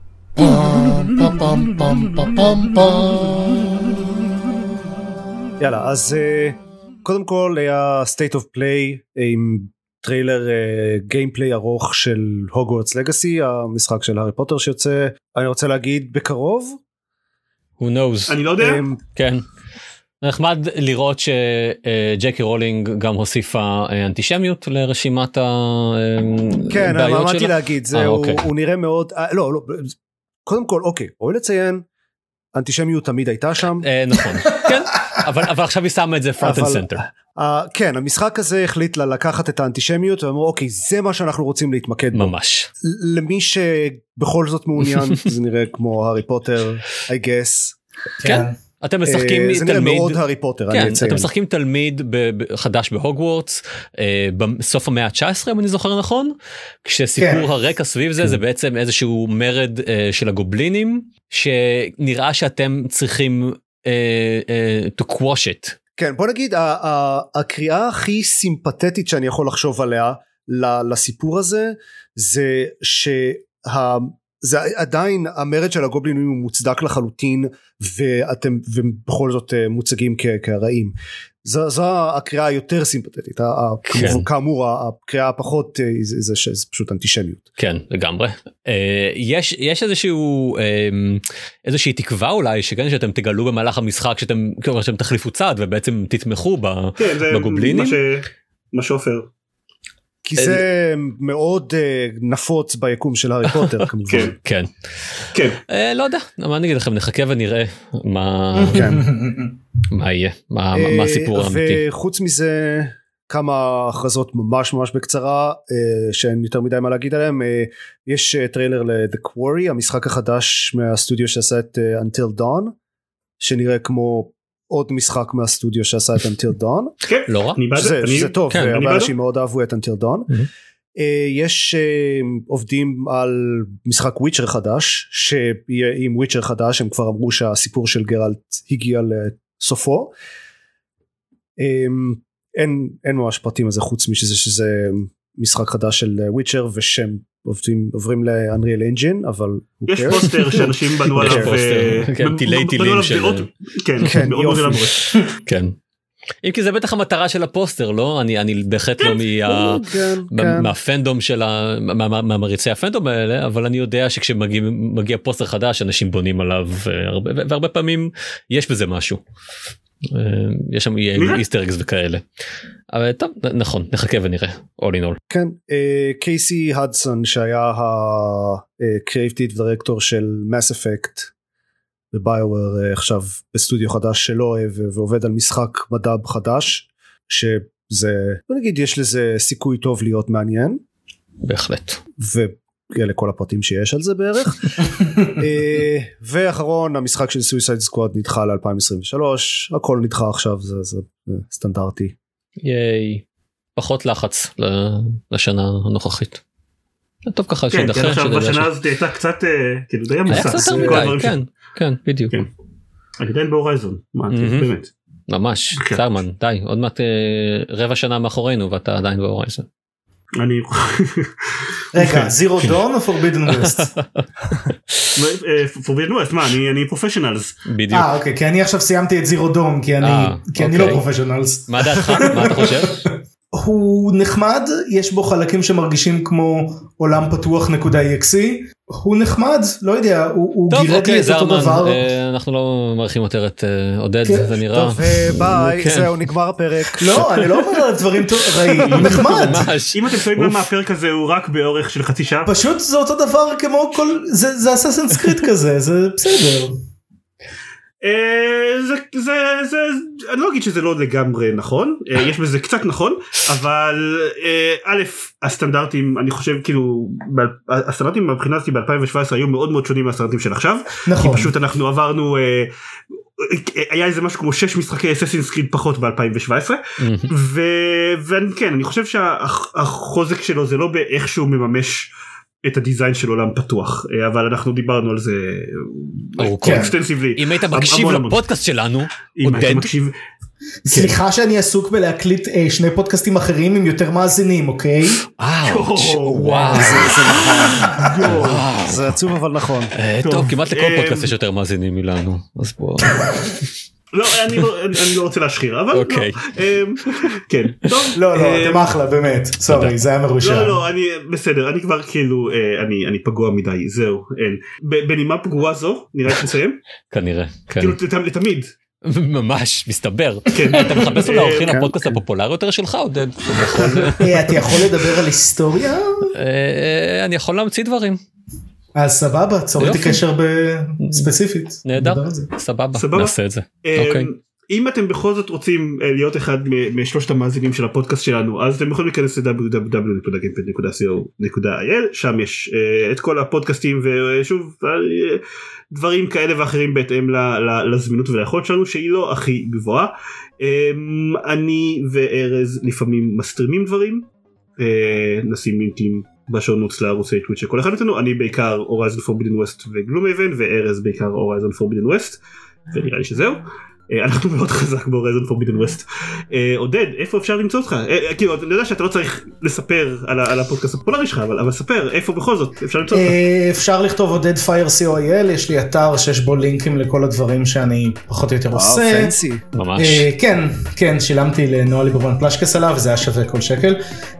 יאללה, אז קודם כל היה State of Play עם טריילר גיימפליי ארוך של הוגוורטס לגאסי, המשחק של הארי פוטר שיוצא, אני רוצה להגיד בקרוב. Who knows? אני לא יודע. כן. נחמד לראות שג'קי רולינג גם הוסיפה אנטישמיות לרשימת הבעיות שלה. כן, אמרתי להגיד, הוא נראה מאוד, לא, לא, קודם כל, אוקיי, רואה לציין, אנטישמיות תמיד הייתה שם. נכון, כן, אבל עכשיו היא שמה את זה front and center. כן, המשחק הזה החליט לקחת את האנטישמיות, ואמרו, אוקיי, זה מה שאנחנו רוצים להתמקד בו. ממש. למי שבכל זאת מעוניין, זה נראה כמו הארי פוטר, I guess. כן. אתם משחקים תלמיד, זה נראה מאוד הארי פוטר, כן, אתם משחקים תלמיד חדש בהוגוורטס, בסוף המאה ה-תשע עשרה אם אני זוכר נכון, כשסיפור הרקע סביב זה, זה בעצם איזשהו מרד של הגובלינים, שנראה שאתם צריכים to quash it. כן, בוא נגיד, הקריאה הכי סימפתטית שאני יכול לחשוב עליה, לסיפור הזה, זה שה... זה עדיין המרד של הגובלינים הוא מוצדק לחלוטין, ואתם ובכל זאת מוצגים כרעים. זו, זו הקריאה היותר סימפתטית, כן. כאמור הקריאה הפחות זה, זה, זה פשוט אנטישמיות. כן, לגמרי. יש, יש איזשהו, איזושהי תקווה אולי, שכן שאתם תגלו במהלך המשחק, שאתם, שאתם תחליפו צד, ובעצם תתמכו כן, בגובלינים. זה מה שאופר. כי זה מאוד נפוץ ביקום של הארי פוטר כמובן. כן. כן. לא יודע, מה נגיד לכם, נחכה ונראה מה יהיה, מה הסיפור האמיתי. וחוץ מזה, כמה הכרזות ממש ממש בקצרה, שאין יותר מדי מה להגיד עליהם, יש טריילר ל-The Quarry, המשחק החדש מהסטודיו שעשה את Until Dawn, שנראה כמו עוד משחק מהסטודיו שעשה את Until Dawn. כן, לא רע. זה טוב, הרבה אנשים מאוד אהבו את Until Dawn. יש עובדים על משחק וויצ'ר חדש, שיהיה עם וויצ'ר חדש, הם כבר אמרו שהסיפור של גרלט הגיע לסופו. אין ממש פרטים על זה חוץ משזה שזה משחק חדש של וויצ'ר, ושם עוברים לאנריאל אנג'ין, אבל יש פוסטר שאנשים בנו עליו טילי טילים של כן, מאוד מאוד כן. אם כי זה בטח המטרה של הפוסטר, לא? אני בהחלט לא מהפנדום של מהמריצי הפנדום האלה, אבל אני יודע שכשמגיע פוסטר חדש אנשים בונים עליו, והרבה פעמים יש בזה משהו. יש שם איסטר אגס וכאלה, אבל טוב, נכון, נחכה ונראה. all in all. כן, קייסי הדסון שהיה הקריאיטיב דירקטור של Mass Effect וביואר, עכשיו בסטודיו חדש שלו ועובד על משחק מדע חדש, שזה בוא נגיד יש לזה סיכוי טוב להיות מעניין, בהחלט, ואלה כל הפרטים שיש על זה בערך. ואחרון, המשחק של Suicide Squad נדחה ל-אלפיים עשרים ושלוש, הכל נדחה עכשיו, זה, זה סטנדרטי. ייי, פחות לחץ לשנה הנוכחית. טוב ככה כן, כן, עכשיו בשנה הזאת הייתה קצת כאילו די עמוסה. היה קצת יותר מדי, כן, כן, בדיוק. אני עדיין בהורייזון, מה, באמת. ממש, סרמן, די, עוד מעט רבע שנה מאחורינו ואתה עדיין בהורייזון. אני... רגע, זירו דון או פורבידן ווסט? פורבידן ווסט, מה, אני פרופשיונלס. בדיוק. אה, אוקיי, כי אני עכשיו סיימתי את זירו דון, כי אני לא פרופשיונלס. מה דעתך? מה אתה חושב? הוא נחמד, יש בו חלקים שמרגישים כמו עולם פתוח נקודה אקסי, הוא נחמד, לא יודע, הוא טוב, גירד לי אוקיי, את אותו זרמן, דבר. אה, אנחנו לא מעריכים יותר את אה, עודד, זה נראה. טוב, אה, ביי, כן. זהו, נגמר הפרק. לא, אני לא אומר על דברים טוב, רעים, הוא נחמד. ממש. אם אתם שואלים למה הפרק הזה הוא רק באורך של חצי שעה, פשוט זה אותו דבר כמו כל, זה, זה אסאסינס קריד כזה, זה בסדר. אה, זה, זה, זה, אני לא אגיד שזה לא לגמרי נכון, אה, יש בזה קצת נכון, אבל אה, א', הסטנדרטים, אני חושב כאילו, ב- הסטנדרטים מבחינה הזאת ב-אלפיים שבע עשרה היו מאוד מאוד שונים מהסטנדרטים של עכשיו, נכון. כי פשוט אנחנו עברנו, אה, היה איזה משהו כמו שש משחקי אסאסינס קריד פחות ב-אלפיים שבע עשרה, וכן, אני חושב שהחוזק שלו זה לא באיך שהוא מממש את הדיזיין של עולם פתוח, אבל אנחנו דיברנו על זה אקסטנסיבלי. אם היית מקשיב לפודקאסט שלנו, אם היית מקשיב, סליחה שאני עסוק בלהקליט אה, שני פודקאסטים אחרים עם יותר מאזינים, אוקיי? וואו, זה עצוב אבל נכון. טוב, כמעט לכל פודקאסט יש יותר מאזינים מלנו, אז בוא. לא, אני לא, אני לא רוצה להשחיר, אבל אוקיי. לא, כן, טוב. לא, לא, אתם אחלה, באמת, סורי, זה היה מרושע. לא, לא, אני, בסדר, אני כבר כאילו, אני, אני פגוע מדי, זהו, אין. בנימה פגועה זו, נראה לי שנסיים? כנראה, כן. כאילו, לתמיד. ממש, מסתבר. כן. אתה מחפש לו להוכין לפודקאסט הפופולרי יותר שלך, עודד? אתה יכול לדבר על היסטוריה? אני יכול להמציא דברים. אז סבבה, צור איתי קשר ספציפית. נהדר, סבבה, נעשה את זה. אם אתם בכל זאת רוצים להיות אחד משלושת המאזינים של הפודקאסט שלנו, אז אתם יכולים להיכנס ל-דאבליו דאבליו דאבליו נקודה גיימפד נקודה סי או נקודה איי אל, שם יש את כל הפודקאסטים ושוב דברים כאלה ואחרים בהתאם לזמינות וליכולת שלנו שהיא לא הכי גבוהה. אני וארז לפעמים מסטרימים דברים, נשים לינקים בשונות לערוצי טוויץ' שכל אחד איתנו, אני בעיקר הורייזן פורבידן ווסט וגלומהייבן, וארז בעיקר הורייזן פורבידן ווסט, ונראה לי שזהו. אנחנו מאוד חזק בהורייזן פורבידן ווסט. עודד, איפה אפשר למצוא אותך? כאילו, אני יודע שאתה לא צריך לספר על הפודקאסט הפופולרי שלך, אבל ספר, איפה בכל זאת אפשר למצוא אותך? אפשר לכתוב עודד פייר סי או איי אל, יש לי אתר שיש בו לינקים לכל הדברים שאני פחות או יותר עושה. וואו, פנסי. ממש. כן, כן, שילמתי לנועה ליברמן פלשקס עליו, זה היה שווה כל שקל.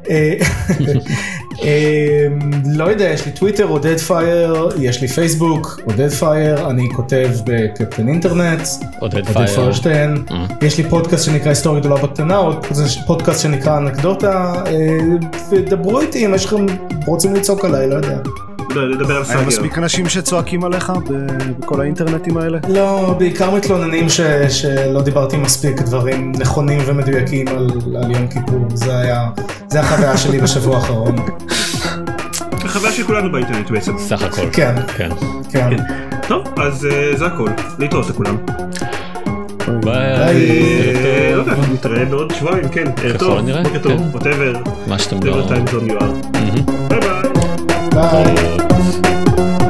לא יודע, יש לי טוויטר, עודד פייר, יש לי פייסבוק, עודד פייר, אני כותב בקפטן אינטרנט, עודד פייר. פרשטיין, יש לי פודקאסט שנקרא היסטוריה גדולה בקטנה, עוד פודקאסט שנקרא אנקדוטה, ודברו איתי אם יש לכם רוצים לצעוק עליי, לא יודע. לדבר על סאגר. היה מספיק אנשים שצועקים עליך בכל האינטרנטים האלה? לא, בעיקר מתלוננים שלא דיברתי מספיק דברים נכונים ומדויקים על יום כיפור, זה החוויה שלי בשבוע האחרון. החוויה של כולנו באינטרנט בעצם. סך הכל. כן, כן. טוב, אז זה הכל. להתראות לכולם. ביי. לא יודע, נתראה בעוד שבועיים, כן. טוב, בוקר טוב, whatever. מה שאתם לא... whatever time zone you are. ביי ביי. ביי.